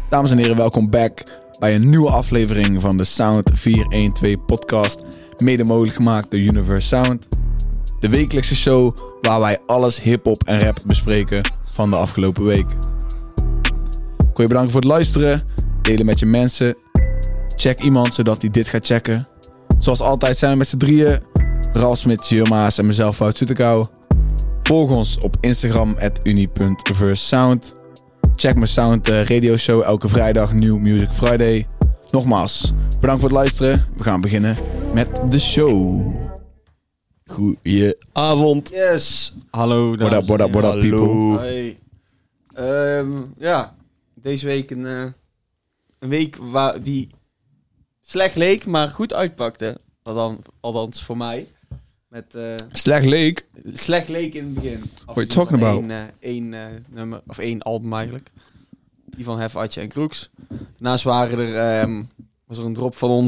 Dames en heren, welkom back bij een nieuwe aflevering van de Sound 412 podcast. Mede mogelijk gemaakt door Universe Sound. De wekelijkse show waar wij alles hip-hop en rap bespreken van de afgelopen week. Ik wil je bedanken voor het luisteren. Delen met je mensen. Check iemand zodat hij dit gaat checken. Zoals altijd zijn we met z'n drieën. Ralf Smit, Maas en mezelf, Wout Soetekau. Volg ons op Instagram @uni.versound. Check mijn Sound radio show elke vrijdag, New Music Friday. Nogmaals, bedankt voor het luisteren. We gaan beginnen met de show. Goedenavond. Yes. Hallo. What up people? Hey. Deze week een week waar die slecht leek, maar goed uitpakte. Althans voor mij. Met, Slecht leek. slecht leek in het begin. What are you talking about? Één nummer, of één album eigenlijk. Die van Hef, Atje en Crooks. Daarnaast was er een drop van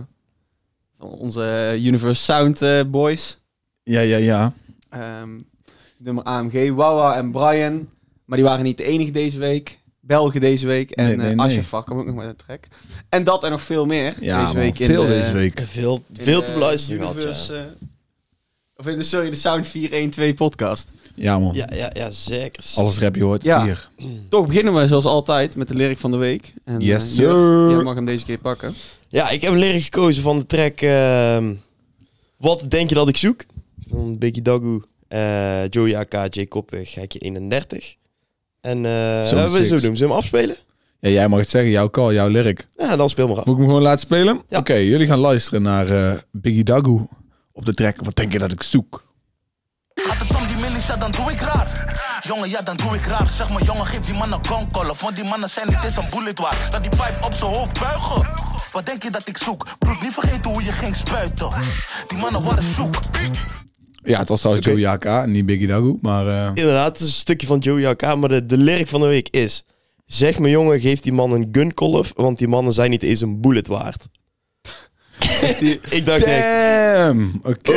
onze Universe Sound boys. Ja. Nummer AMG, Wawa en Brian. Maar die waren niet de enige deze week. Belgen deze week. En Nee. Ashraf kwam ook nog met een track. En dat en nog veel meer Ja, deze week. veel deze week. Veel te beluisteren gehad, Universe, de Sound 412 podcast. Ja man, Ja, zeker. alles rap je hoort Ja. hier. Toch beginnen we zoals altijd met de lyric van de week. En, Yes, Jur, sir. jij mag hem deze keer pakken. Ja, ik heb een lyric gekozen van de track Wat denk je dat ik zoek? Van Biggie Dagu, Joey AK, J Koppe, Gekje 31. En Zo'n we zo six. doen. Zullen we hem afspelen? Ja, jij mag het zeggen, jouw call, jouw lyric. Ja, dan speel maar af. Moet ik hem gewoon laten spelen? Ja. Oké, jullie gaan luisteren naar Biggie Dagu op de track. Wat denk je dat ik zoek? Gaat het om die millies, ja dan doe ik raar. Jongen, ja dan doe ik raar. Zeg maar jongen, geef die mannen gonkollen. Want die mannen zijn niet eens een bullet waard. Dat die pipe op zijn hoofd buigen. Wat denk je dat ik zoek? Broek, niet vergeten hoe je ging spuiten. Die mannen waren zoek. Ja, het was trouwens Oké. Joey AK, niet Biggie Dagu, maar... Inderdaad, het is een stukje van Joey AK, maar de lyric van de week is... Zeg me jongen, geef die man een gunkolf, want die mannen zijn niet eens een bullet waard. Ik dacht echt... Damn! Oké.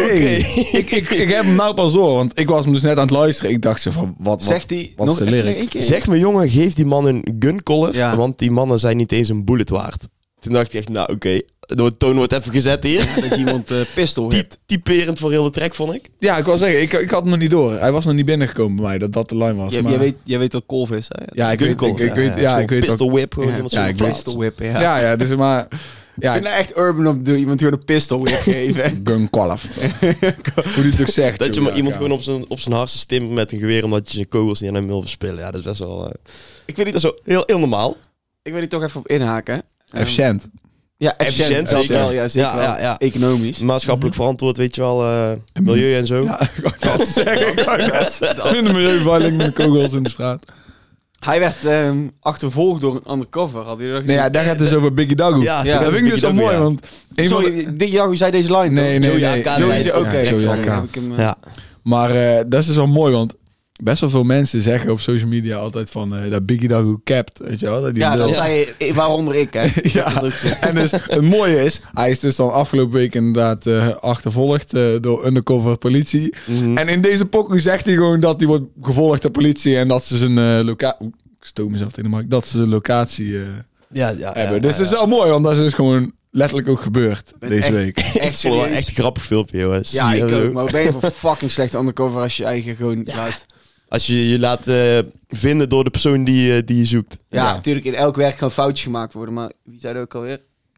Ik heb hem nou pas door, want ik was hem dus net aan het luisteren. Ik dacht zo van, wat Zegt hij wat is de lyric? één keer? Zeg me jongen, geef die man een gunkolf, Ja. want die mannen zijn niet eens een bullet waard. Toen dacht ik echt, nou oké, de toon wordt even gezet hier. Dat je iemand pistol hebt. Typerend voor heel de track, vond ik. Ja, ik wil zeggen, ik had hem nog niet door. Hij was nog niet binnengekomen bij mij, dat de line was. maar... Jij weet wat kolf is, hè? Ja, ik weet Gunkolf, ik weet zo'n ook. pistol whip, gewoon iemand Ja, zo ik weet- vast. Pistol whip, ja. Ja, dus maar... Ik Ja, vind het echt urban om iemand gewoon een pistol whip geven. gun qualif. Hoe die het ook zegt. Dat je joh, maar ja, iemand ja. gewoon op zijn hartstikke stimt met een geweer omdat je zijn kogels niet aan hem wil verspillen. Ja, dat is best wel, Ik wil dat is wel heel normaal. Ik wil die toch even op inhaken. Efficiënt. Ja, Efficiënt, dat zeker. wel, ja, zeker Ja, wel. ja, ja. Economisch. Maatschappelijk verantwoord, weet je wel, milieu en zo. Ja, ik wou net zeggen. Ik wou net in de milieuveiling met kogels in de straat. Hij werd achtervolgd door een undercover. Had je dat gezien? Nee, ja, daar gaat het dus over Biggie Dagu. Ja, Ja, dat vind ik dus wel Biggie mooi, Dagu, want... een van de- Sorry, Diggy zei deze line Nee, toch? nee, Joey nee. AK Joey zei zei, het. oké. Ja, Joey Sorry, AK. heb ik hem, Ja. Maar dat is wel mooi, want best wel veel mensen zeggen op social media altijd van dat Biggie Dagu capt, weet je wel? Dat die Ja, lul. dat zei je, waaronder ik, hè. Ja. Dat ook zo. En dus het mooie is, hij is dus dan afgelopen week inderdaad achtervolgd door undercover politie. Mhm. En in deze pokoe zegt hij gewoon dat hij wordt gevolgd door politie en dat ze zijn locatie... Ik stoot mezelf in de mic. Dat ze zijn locatie Ja, hebben. Dus dat is wel mooi, want dat is dus gewoon letterlijk ook gebeurd Met deze echt- week. Echt Ik vond het wel serieus. echt een grappig filmpje, jongens. Ja, Zie ik je ook. zo? Maar wat ben je voor fucking slecht undercover als je eigen gewoon laat... Als je je laat vinden door de persoon die je zoekt. Ja, natuurlijk in elk werk gaan foutjes gemaakt worden, maar wie zei dat ook alweer?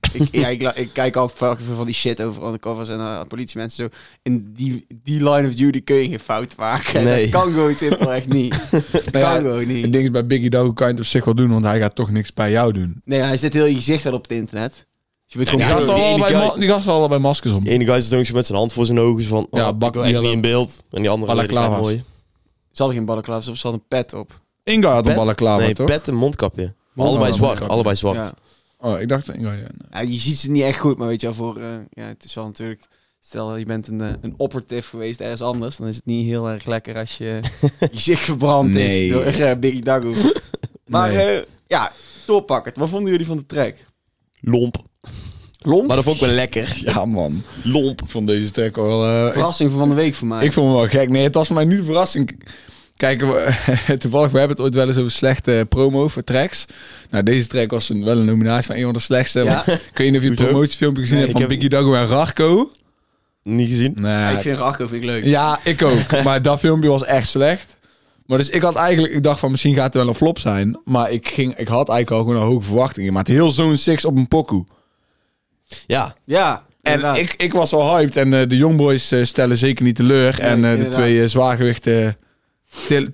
Ik kijk altijd vaak van die shit over undercovers en politiemensen zo. In die line of duty kun je geen fout maken. Nee. Dat kan gewoon simpelweg niet. Dat Nou ja, kan gewoon Het niet. ding is, bij Biggie Dagu kan je het op zich wel doen, want hij gaat toch niks bij jou doen. Nee, hij zet heel je gezicht wel op het internet. Dus je bent Ja, Die gewoon gasten die hadden ene allebei guy- die gasten hadden allebei maskers om. De ene guy zit nog eens met zijn hand voor zijn ogen van... Ja, Ja, bak ik wil echt die niet in beeld. En die andere weet ik balaclava's. mooi. Ze hadden geen ballenklaas of ze hadden een pet op. Inga had een Pet? balaclava, Nee, toch? pet en mondkapje. Maar Oh, allebei zwart. mondkapje. Allebei zwart. Ja. Oh, ik dacht Inga, ja. Ja, je ziet ze niet echt goed, maar weet je wel, voor... ja, het is wel natuurlijk... Stel, je bent een operative geweest ergens anders, dan is het niet heel erg lekker als je gezicht verbrand Nee. is door Biggie Dagu. Maar Nee. ja, doorpakken. Wat vonden jullie van de track? Lomp. Lomp? Maar dat vond ik wel lekker. Ja, man. Lomp. Ik vond deze track wel... Verrassing van de week voor mij. ik vond hem wel gek. Nee, het was voor mij nu de verrassing. Kijk, toevallig, we hebben het ooit wel eens over slechte promo voor tracks. Nou, deze track was wel een nominatie van een van de slechtste. Ja? Ik weet niet of je het Hoezo? promotiefilmpje gezien Nee, hebt van ik heb- Biggie Dago en Rachko. Niet gezien? Nee. Ja, ik vind Rachko leuk. Ja, ik ook. Maar dat filmpje was echt slecht. Maar dus ik dacht van misschien gaat het wel een flop zijn. Maar ik had eigenlijk al gewoon een hoge verwachtingen. Maar het heel zo'n 6 op een pokoe. Ja. Ja, En inderdaad. ik was wel hyped. En de Youngboys stellen zeker niet teleur. Nee, En de inderdaad. twee zwaargewichten tillen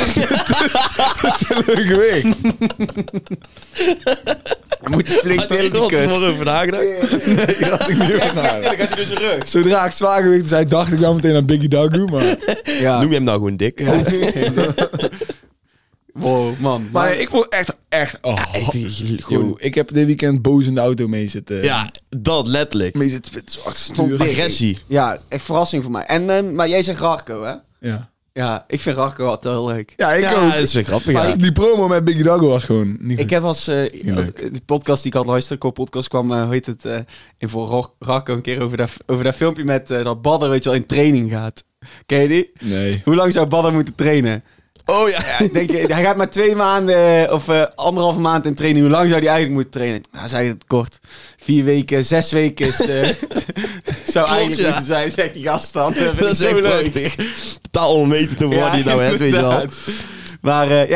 gewicht. Je moet flink Had je tillen, die er kut. wel over nagedacht? Nee, dat had ik niet over nagedacht. Dan gaat hij dus rug. Zodra ik zwaargewicht zei, dacht ik wel meteen aan Biggie Dago. Maar, Ja. Noem je hem nou gewoon dik? Ja. Wow, man. maar ik vond echt... Oh, Gewoon... yo, ik heb dit weekend boos in de auto mee zitten. Ja, dat letterlijk. Mee zitten spitten, zo achter Vond stuur. ik- Agressie. Ja, echt verrassing voor mij. En, maar jij zegt Rachko, hè? Ja. Ja, ik vind Rachko altijd heel leuk. Ja, ik Ja, ook. dat is weer grappig. Maar Ja. die promo met Biggie Dago was gewoon niet Ik goed. heb als leuk. de podcast die ik had luisteren, Core Podcast, kwam, hoe heet het, in voor Rachko een keer over dat filmpje met dat Badder, weet je wel, in training gaat. Ken je die? Nee. Hoe lang zou Badder moeten trainen? Oh ja. Denk je, hij gaat maar 2 maanden of 1,5 maand in training. Hoe lang zou hij eigenlijk moeten trainen? Nou, zei het kort. 4 weken, 6 weken is, zou eigenlijk ja. moeten zijn, zegt die gast dan. Vind Dat ik is zo echt leuk. prachtig. Totaal onwetend over wat hij nou hebt, weet je wel. inderdaad. Maar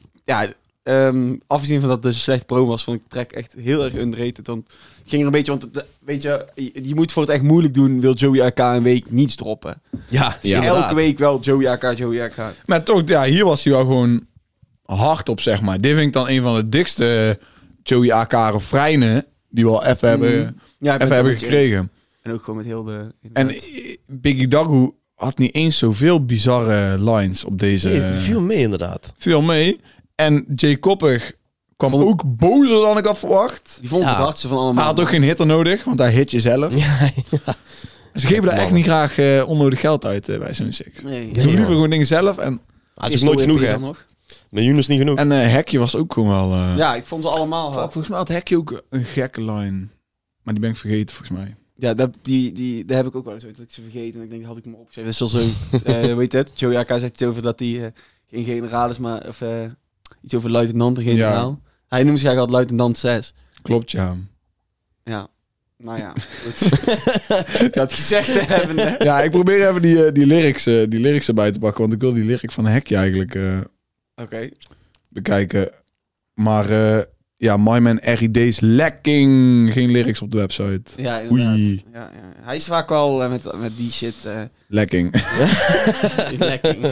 afgezien van dat het dus een slechte promo was, vond ik de track echt heel erg underrated. Want het ging er een beetje, want weet je moet voor het echt moeilijk doen, wil Joey AK een week niets droppen. Ja, Ja. Elke week wel Joey AK. Maar toch, ja, hier was hij wel gewoon hard op, zeg maar. Dit vind ik dan een van de dikste Joey AK refreinen die we al even hebben, Ja, ik ben even hebben het wel met je eens. gekregen. En ook gewoon met heel de... En Biggie Dago had niet eens zoveel bizarre lines op deze... Nee, het viel mee inderdaad. Viel mee. En Jay Koppig kwam Vond- ook bozer dan ik had verwacht. Die vond ik Ja. het hardste van Hij allemaal. had ook geen hitter nodig, want hij hit je zelf. Ja, Ze geven daar echt niet graag onnodig geld uit bij zo'n six. Nee. Ze doen liever gewoon dingen zelf. En het is nooit genoeg, hè? Nog. Met Younes niet genoeg. Hekje was ook gewoon wel... Ja, ik vond ze allemaal Fuck, hard. volgens mij had Hekje ook een gekke line. Maar die ben ik vergeten, volgens mij. Ja, daar heb ik ook wel eens ooit dat ik ze vergeten. En ik denk, had ik me opgeschreven. Dat is wel zo, weet je het? Joey AK zegt iets over dat hij geen generaal is, maar of, iets over luitenant en generaal. Hij noemt zich eigenlijk altijd luitenant 6. Klopt, ja. Ja. Nou ja, goed. Dat gezegd te hebben. Hè? Ja, ik probeer even die lyrics erbij te pakken. Want ik wil die lyric van Hekje eigenlijk Oké. bekijken. Maar ja, My Man RID's lekking. Geen lyrics op de website. Ja, inderdaad. Oei. Ja. Hij is vaak wel met die shit Lekking. lekking.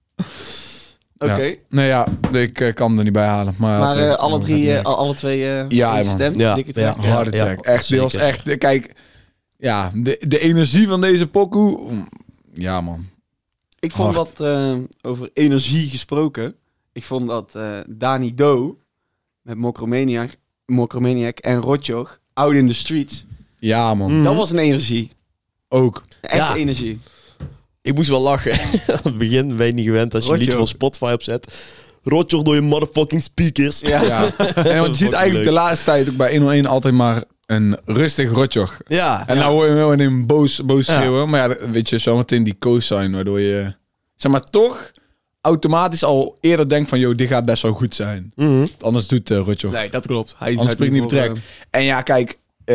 Oké. Ja. Nee, ja, ik kan hem er niet bij halen. Maar, alle twee Ja, man. stem. Ja, Dikke ja. track. harde track. Echt, dit was zeker. echt... Kijk, ja, de energie van deze pokoe... Ja, man. Ik vond Hard. dat, over energie gesproken, ik vond dat Dani Do met Mokromaniac en Rotjoch, Out in the Streets, Ja, man. Mm. dat was een energie. Ook. Echt Ja. energie. Ik moest wel lachen. Aan het begin ben je niet gewend als je een liedje Rotjoch. van Spotify opzet. Rotjoch door je motherfucking speakers. Ja. Ja. En want je ziet eigenlijk de laatste tijd ook bij 101 altijd maar een rustig rotjoch. Ja. En nou hoor je hem wel in een boos schreeuwen. Maar ja, weet je, zometeen die co-sign waardoor je... Zeg maar toch automatisch al eerder denkt van... Yo, dit gaat best wel goed zijn. Mhm. Anders doet Rotjoch. Nee, dat klopt. Hij Anders springt niet op track. En ja, kijk...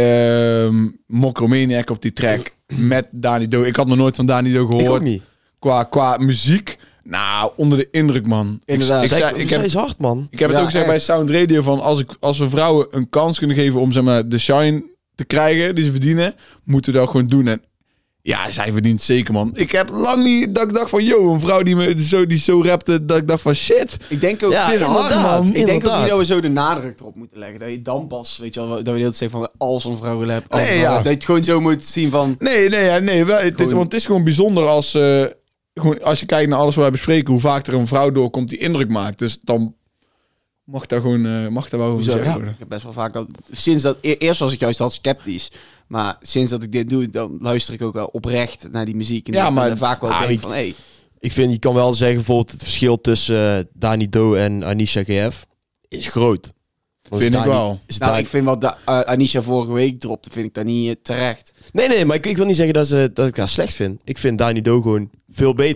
Mokromaniac op die track met Dani Do. Ik had nog nooit van Dani Do Ik ook gehoord. niet. Qua muziek. Nou, onder de indruk, man. Inderdaad. Ik Zij heb is hard, man. het Ja, ook gezegd bij echt. Sound Radio van als we vrouwen een kans kunnen geven om zeg maar de shine te krijgen die ze verdienen, moeten we dat gewoon doen. En ja, zij verdient zeker, man. Ik heb lang niet dat ik dacht van yo, een vrouw die zo rapte dat ik dacht van shit. Ik denk ook, Ja, dit is hard, inderdaad. man. ik denk ook Inderdaad. niet dat we zo de nadruk erop moeten leggen. Dat je dan pas, weet je wel, dat we de hele tijd zeggen van als een vrouw wil hebben. Nee, ja. Dat je het gewoon zo moet zien van... Nee, wel, Gewoon- want het is gewoon bijzonder als gewoon als je kijkt naar alles wat wij bespreken, hoe vaak er een vrouw doorkomt die indruk maakt. Dus dan mag daar gewoon mag daar wel over Hoezo? gezegd Ja, worden. ik heb best wel vaak al... Sinds dat... Eerst was ik juist al sceptisch. Maar sinds dat ik dit doe, dan luister ik ook wel oprecht naar die muziek. En Ja, ik maar- vind vaak wel denk ik- van... Hey, Ik vind, je kan wel zeggen, bijvoorbeeld het verschil tussen Dani Do en Anisha GF is groot. Want Vind is ik Dani- wel. is nou, Dani- ik vind wat Anisha vorige week dropte, vind ik dat niet terecht. Nee, maar ik wil niet zeggen dat ik haar slecht vind. Ik vind Dani Do gewoon veel beter.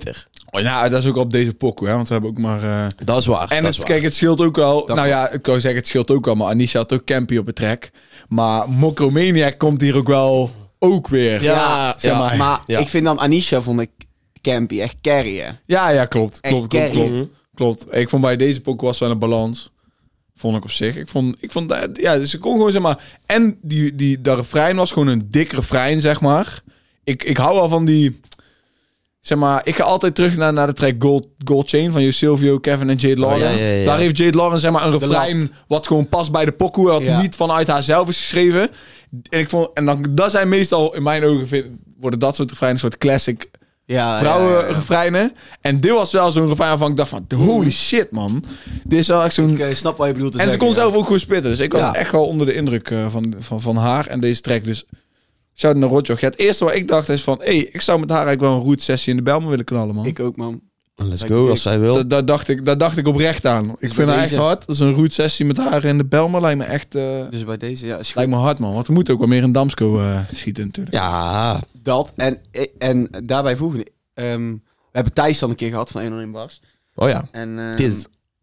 Oh, ja, dat is ook op deze pokoe, hè, want we hebben ook maar... Dat is waar. En dat is het, waar. kijk, het scheelt ook wel... Dat nou ja, ik kan zeggen, het scheelt ook wel, maar Anisha had ook Campy op het track. Maar Mokromaniac komt hier ook wel ook weer. Ja, zeg maar. Maar Ja. ik vind dan Anisha, vond ik Campy echt carry, hè. Ja, klopt. Echt Klopt. Ik vond bij deze pokoe was wel een balans. Vond ik op zich. Ik vond dat... Ja, dus ze kon gewoon, zeg maar... En dat refrein was gewoon een dik refrein, zeg maar. Ik hou wel van die... Zeg maar, ik ga altijd terug naar de track Gold Chain van Silvio, Kevin en Jade Lauren. ja. Daar heeft Jade Lauren, zeg maar, een refrein lat. wat gewoon past bij de pokoe, wat niet vanuit haarzelf is geschreven. En dan, dat zijn meestal, in mijn ogen, worden dat soort refreinen een soort classic vrouwenrefreinen. En dit was wel zo'n refrein waarvan ik dacht van, holy shit, man. Dit is wel echt zo'n... Ik snap wat je bedoelt te En ze zeggen. kon zelf ook gewoon spitten. Dus ik was Ja. echt wel onder de indruk van haar en deze track. Dus shout naar Rotjoch. Ja, het eerste wat ik dacht is van... ik zou met haar eigenlijk wel een route sessie in de Bijlmer willen knallen, man. Ik ook, man. Let's go, als zij wil. Dat dacht ik oprecht aan. Ik vind haar echt hard. Dat is een route sessie met haar in de Bijlmer. Lijkt me echt... Dus bij deze, ja, is goed. lijkt me hard, man. Want we moeten ook wel meer in Damsko schieten natuurlijk. Ja, Dat. En daarbij voegen... we hebben Thijs dan een keer gehad van 101 Bars. oh ja. En Dit.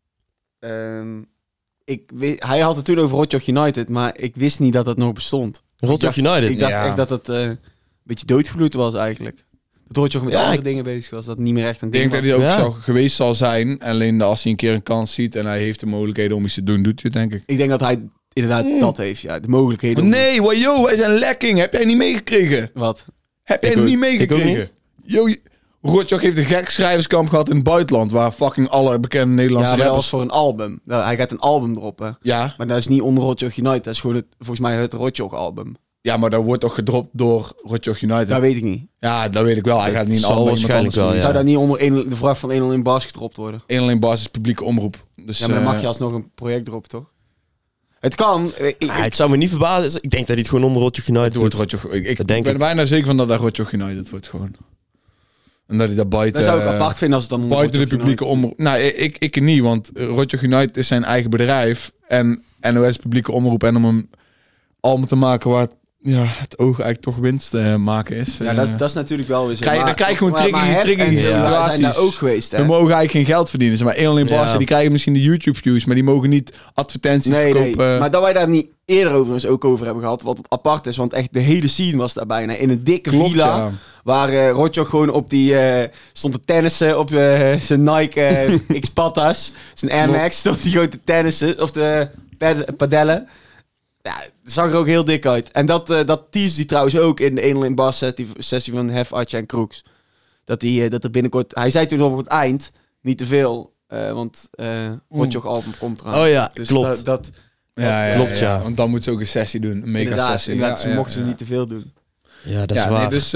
hij had het toen over Rotjoch United, maar ik wist niet dat het nog bestond. Rotjoch United. Ik dacht Ja. echt dat het een beetje doodgebloed was eigenlijk. Dat Rotjoch met Ja, andere ik- dingen bezig was, dat niet meer echt een Ik ding denk dat was. hij ook Ja. zo geweest zal zijn. Alleen als hij een keer een kans ziet en hij heeft de mogelijkheden om iets te doen, doet hij het, denk ik. Ik denk dat hij inderdaad dat heeft, ja. De mogelijkheden. om- Nee, wajo, wij zijn lekking. Heb jij niet meegekregen? Wat? Heb jij Ik ook- niet ik ook meegekregen? Yo, Rotjoch heeft een gek schrijverskamp gehad in het buitenland, waar fucking alle bekende Ja, Nederlandse maar dat was rappers... voor een album. Nou, hij gaat een album droppen. Ja, Maar dat is niet onder Rotjoch United. Dat is gewoon volgens mij het Rotjoch album. ja, maar dat wordt toch gedropt door Rotjoch United? Dat weet ik niet. Ja, dat weet ik wel. Hij gaat niet een zal album met iemand waarschijnlijk anders wel, doen. ja. Zou dat niet onder de vraag van 101 Bars gedropt worden? Eén alleen basis publieke omroep. Dus, Ja, maar dan mag je alsnog een project droppen, toch? Het kan. Het zou me niet verbazen. Ik denk dat hij het gewoon onder Rotjoch United het wordt doet. Rotjoch... Ik Dat denk ben ik. bijna zeker van dat Rotjoch United wordt gewoon. En dat hij dat buiten... dat zou ik apart vinden als het dan onder buiten de Rotjoch publieke United- omroep... Nou, ik niet, want Rotjoch United is zijn eigen bedrijf. En NOS publieke omroep. En om een album te maken waar het oog eigenlijk toch winst maken is. Ja, dat is natuurlijk wel weer zo. Dan krijg je gewoon maar tricky Hef en zo situaties. zijn daar ook geweest, hè? We mogen eigenlijk geen geld verdienen. Zeg maar één alleen Barca, Ja. die krijgen misschien de YouTube views, maar die mogen niet advertenties Nee, verkopen. maar dat wij daar niet eerder overigens ook over hebben gehad, wat apart is, want echt de hele scene was daar bijna. In een dikke Klopt, villa, ja. waar Rotjoch gewoon op die stond te tennissen op zijn Nike X-Patas, zijn Air Klopt. Max, stond hij gewoon te tennissen, of te padellen. Ja, het zag er ook heel dik uit. En dat teasde hij trouwens ook in de 101 Bars sessie van Hef, Atje en Crooks. Dat er binnenkort... Hij zei toen op het eind, niet te veel, want Rotjoch album komt eraan. Oh ja, Dus klopt. dat klopt, ja. Want dan moeten ze ook een sessie doen, een mega inderdaad, sessie. inderdaad, ze mochten ja. niet te veel doen. Ja, dat is Ja, waar. nee, dus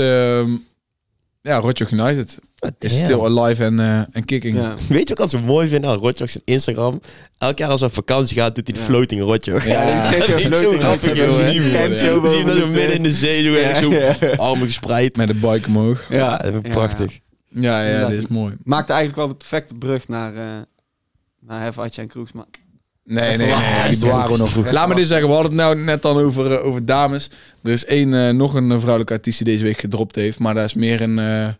Rotjoch United is Damn. still alive en kicking. Ja. Weet je wat ik zo mooi vind aan Rotjoch zijn Instagram? Elk jaar als hij op vakantie gaat, doet hij de Ja. floating Rotjoch. Ja, dat vind ik zo grappig, dat is joh. niet Kent mooi, zo ja. boven. Zie je hem zo midden in de zee, zo, echt zo armen gespreid. Met de bike omhoog. Ja, dat vind ik prachtig. Ja, dit is mooi. Maakte eigenlijk wel de perfecte brug naar Hef, Atje en Crooks. Maar Nee, Even wachten. die bewaren we nog goed. Laat me dit zeggen, we hadden het nou net dan over dames. Er is nog een vrouwelijke artiest die deze week gedropt heeft, maar dat is meer een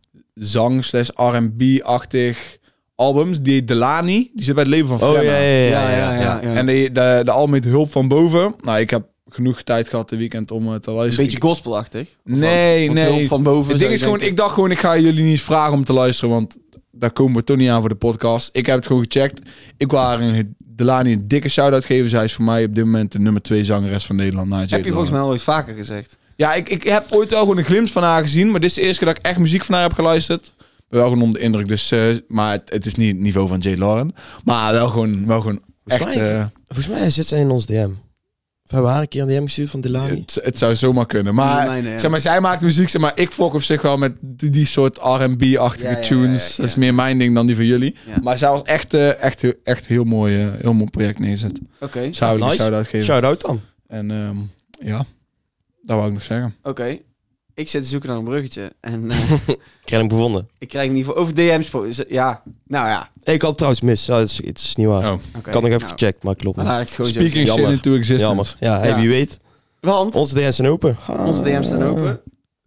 zang/R&B-achtig albums. Die heet Delani, die zit bij het leven van Frenna. ja. En de album heet Hulp van Boven. Nou, ik heb genoeg tijd gehad dit weekend om te Een luisteren. beetje gospelachtig. Of Nee, wat? Want nee. Hulp van boven. Het ding zou is je gewoon, denken. ik dacht gewoon, ik ga jullie niet eens vragen om te luisteren, want daar komen we toch niet aan voor de podcast. Ik heb het gewoon gecheckt. Ik wou Delani een dikke shout-out geven. Zij is voor mij op dit moment de nummer 2 zangeres van Nederland. Na Heb je volgens mij al eens vaker gezegd. Ja, ik heb ooit wel gewoon een glimp van haar gezien, maar dit is de eerste keer dat ik echt muziek van haar heb geluisterd. Ik ben wel gewoon onder de indruk, dus, maar het is niet het niveau van Jade Lauren. Maar wel gewoon echt... Volgens mij zit zij in ons DM. Of hebben we haar een keer een DM gestuurd van Delani? Het zou zomaar kunnen. Maar, Nee. zeg maar zij maakt muziek, zeg maar ik fok op zich wel met die soort R&B-achtige Ja, tunes. ja. Dat is meer mijn ding dan die van jullie. Ja. Maar zij was echt heel mooi project neergezet. Oké. Zou ik Nice. een shout-out geven. Shout-out dan. En ja, dat wou ik nog zeggen. Oké. Ik zit te zoeken naar een bruggetje. En Krijg ik bevonden. ik krijg in ieder geval over DM's. Ja, nou ja. Hey, ik had het trouwens mis. Ja, het is niet waar. Oh. Oké. Ik had nog even Nou, gecheckt, maar klopt dan niet. laat ik het gewoon Speaking zeggen. shit Jammer. into existence. Jammer. Ja, hey, Ja. wie weet. Want Onze DM's zijn open. onze DM's staan open.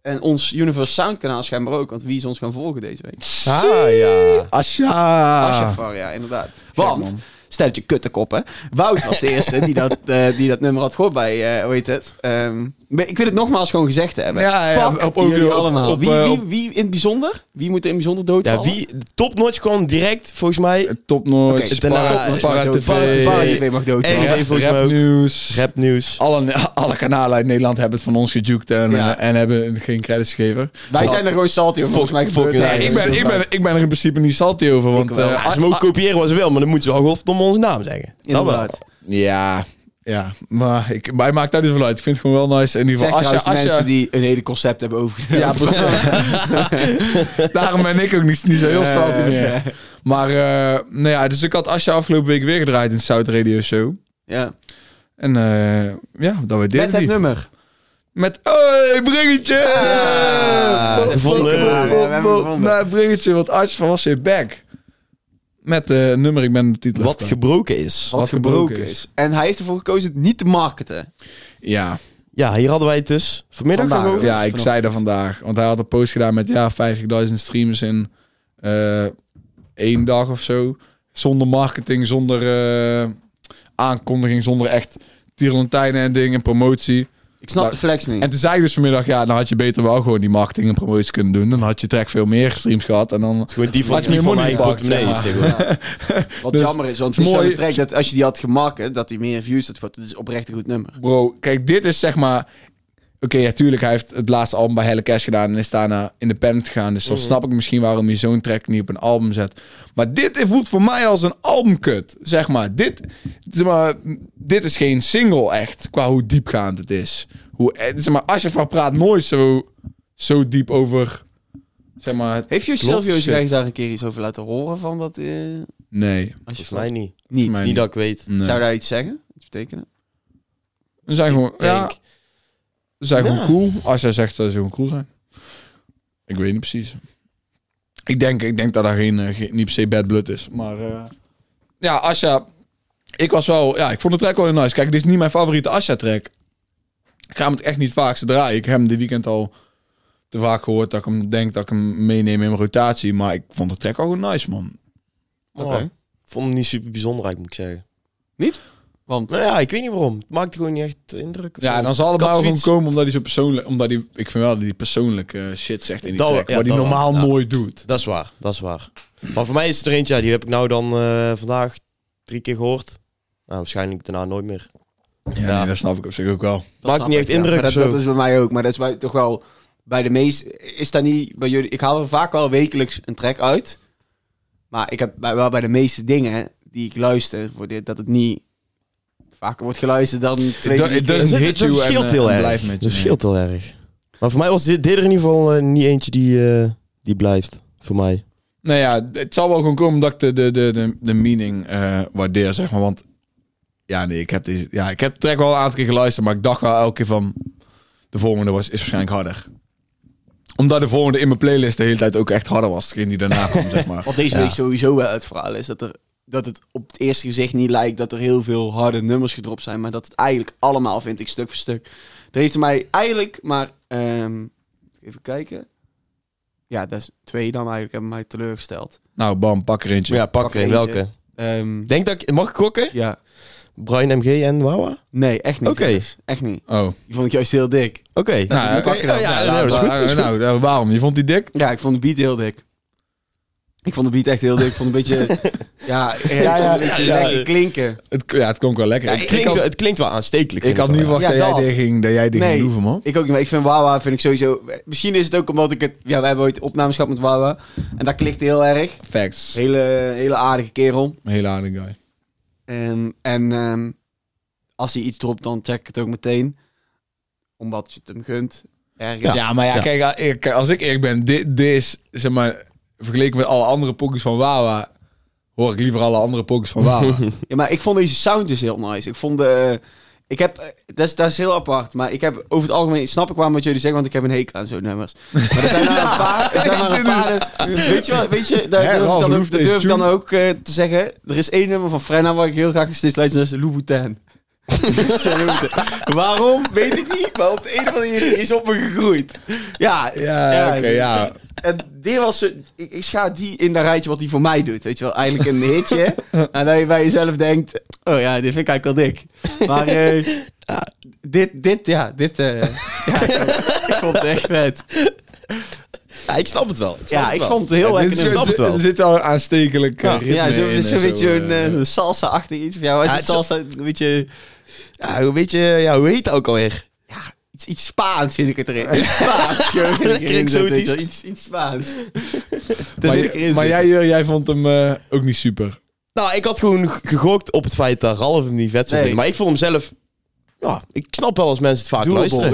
En ons Universe Sound kanaal schijnbaar ook. Want wie is ons gaan volgen deze week? Ah, ja. Asja. Ashafar, ja, inderdaad. Gek, Want, man. stelletje kuttekoppen. Wout was de eerste die dat nummer had gehoord bij, hoe heet het? Ik wil het nogmaals gewoon gezegd hebben. Ja, Fuck op jullie allemaal. op- Wie in het bijzonder? Wie moet er in het bijzonder doodvallen? Ja, Topnotch kwam direct, volgens mij. Topnotch, Oké, Para-TV, mag doodvallen. RTV volgens mij ook. Rapnieuws. Rapnieuws. Alle kanalen uit Nederland hebben het van ons gejukt en hebben geen credits gegeven. Wij zijn er gewoon salty over, volgens mij. fucking gebeurt Ik ben er in principe niet salty over, want... wel. Als ze mogen kopiëren wat ze wil, maar dan moeten ze wel godverdomme onze naam zeggen. Dat wel. Inderdaad. Ja, maar mij maakt daar niet van uit. Ik vind het gewoon wel nice. In ieder Zeg geval, trouwens de mensen die een hele concept hebben overgenomen. Ja, precies. Daarom ben ik ook niet zo heel salty meer. Maar, nou ja, dus ik had Asja afgelopen week weer gedraaid in de South Radio Show. Ja. En ja, dat we dit Met het nummer. Met, hey, Bruggetje! gevonden. We hebben gevonden. Nou, het Bruggetje, want Asja was weer back. Met nummer, ik ben de titel. Wat gebroken is. Wat gebroken is. En hij heeft ervoor gekozen het niet te marketen. Ja, Ja, hier hadden wij het dus vanmiddag Vandaag. nog over. ja, ik Vanochtend. zei dat vandaag. Want hij had een post gedaan met 50.000 streams in 1 dag of zo. Zonder marketing, zonder aankondiging, zonder echt tierlantijnen en dingen, promotie. Ik snap Maar- de flex niet. En toen zei ik dus vanmiddag, ja, dan had je beter wel gewoon die marketing en promotie kunnen doen. Dan had je track veel meer streams gehad. En dan Gewoon die van, Had je die meer van money mijn gepakt, portemonnee zeg is maar. tegenwoordig. Wat Dus jammer is, want het het is wel mooi- een track dat als je die had gemarket, dat hij meer views had gehad. Het is oprecht een goed nummer. bro, kijk, dit is zeg maar... Oké, ja, tuurlijk, hij heeft het laatste album bij Helle Cash gedaan en is daarna independent gegaan. Dus dan snap ik misschien waarom je zo'n track niet op een album zet. Maar dit voelt voor mij als een albumcut, zeg maar. Dit is geen single echt, qua hoe diepgaand het is. Zeg maar, Asjafar praat nooit zo diep over, zeg maar... Heeft je Klopt, Silvio shit. zich daar een keer iets over laten horen van dat... Nee. Volgens mij niet. Niet. mij Niet dat ik weet. nee. Zou daar iets zeggen? Iets betekenen? We zijn gewoon, ja, Denk. we zijn gewoon Ja. cool. Als jij zegt dat ze gewoon cool zijn. Ik weet niet precies. Ik denk dat er niet per se bad blood is. Maar ja, Asja... Ik vond de track wel heel nice. Kijk, dit is niet mijn favoriete Asja-track. Ik ga hem het echt niet vaakst draaien. Ik heb hem dit weekend al te vaak gehoord dat ik hem denk dat ik hem meeneem in mijn rotatie. Maar ik vond de track wel gewoon nice, man. Oké. Ik vond hem niet super bijzonder uit, moet ik zeggen. Want... Nou ja, ik weet niet waarom. Het maakte gewoon niet echt indruk. of Ja, zo. dan zal het Ik had maar gewoon zoiets- komen omdat hij zo persoonlijk... Ik vind wel dat hij persoonlijke shit zegt in die Dat- track. ja, wat hij dat wel, normaal ja. nooit doet. Dat is waar, dat is waar. Maar voor mij is het er eentje, ja, die heb ik nou dan vandaag 3 keer gehoord. Nou, waarschijnlijk daarna nooit meer. Ja, Ja. nee, dat snap ik op zich ook wel. Dat Maakt snap niet ik, echt indruk Maar of dat zo. is bij mij ook. Maar dat is toch wel... Bij de meeste... Is dat niet bij jullie... Ik haal er vaak wel wekelijks een track uit. Maar ik heb wel bij de meeste dingen die ik luister... voor dit, dat het niet vaker wordt geluisterd dan 2-3 keer. doesn't Dat hit you verschilt en, heel en erg. blijft met je. Dat verschilt heel erg. Maar voor mij was dit er in ieder geval niet eentje die blijft. Voor mij. Nou ja, het zal wel gewoon komen dat ik de meaning waardeer, zeg maar. Want ja, nee, ik heb de track wel een aantal keer geluisterd, maar ik dacht wel elke keer van de volgende is waarschijnlijk harder. Omdat de volgende in mijn playlist de hele tijd ook echt harder was, degene die daarna kwam, zeg maar. Wat deze Ja. week sowieso wel het verhaal is. Dat het op het eerste gezicht niet lijkt dat er heel veel harde nummers gedropt zijn. Maar dat het eigenlijk allemaal, vind ik, stuk voor stuk. Er heeft mij eigenlijk maar... even kijken. Ja, dat is 2 dan eigenlijk hebben mij teleurgesteld. Nou, bam, pak er eentje. Ja, pak Pak er eentje. welke. Denk dat ik... Mag ik gokken? Ja. Brian MG en Wawa? Nee, echt niet. Oké. jongens. Echt niet. Oh. Die vond ik juist heel dik. Oké. Nou, die pak je dan. Ja, dat is goed. Dat is goed. Nou, waarom? Je vond die dik? Ja, ik vond de beat heel dik. Ik vond de beat echt heel dik. Ik vond een beetje... ja, een beetje ja. lekker klinken. Het klonk wel lekker. Het klinkt wel aanstekelijk. Ik had vind niet wel, verwacht Ja, dat jij dit ging doen, man. Ik ook niet. Maar ik vind Wawa, vind ik sowieso... Misschien is het ook omdat ik het... Ja, we hebben ooit opnames gehad met Wawa. En dat klikte heel erg. Facts. Hele aardige kerel. Een hele aardige guy. En als hij iets dropt, dan check ik het ook meteen. Omdat je het hem gunt. Ergens. Ja, maar ja, kijk, als ik eerlijk ben, dit is, zeg maar, vergeleken met alle andere pokus van Wawa, hoor ik liever alle andere pokus van Wawa. Ja, maar ik vond deze sound dus heel nice. Ik vond dat is heel apart. Maar ik heb over het algemeen, snap ik waarom wat jullie zeggen, want ik heb een hekel aan zo'n nummers. Maar er zijn maar een paar. Weet je, daar durf ik dan ook te zeggen. Er is 1 nummer van Frenna waar ik heel graag steeds luister, dat is Louboutin. Waarom? Weet ik niet. Maar op de een of andere manier is op me gegroeid. Ja, Ja. En dit was... Ik schaar die in dat rijtje wat hij voor mij doet. Weet je wel, eigenlijk een hitje. En dat je bij jezelf denkt... Oh ja, dit vind ik eigenlijk wel dik. Maar ik vond het echt vet. Ja, ik snap het wel. Ik vond het heel lekker. Ik snap het wel. Er zit wel een aanstekelijk ritme Ja, in. zo'n beetje een salsa-achtig iets. Voor jou is het salsa een beetje... Ja, hoe heet het ook alweer? Iets Spaans vind ik het erin. Iets Spaans. Lekker exotisch. Iets Spaans. Maar jij vond hem ook niet super. Nou, ik had gewoon gegokt op het feit dat Ralf hem niet vet zou vinden. Maar ik vond hem zelf... Ja, ik snap wel als mensen het vaak luisteren.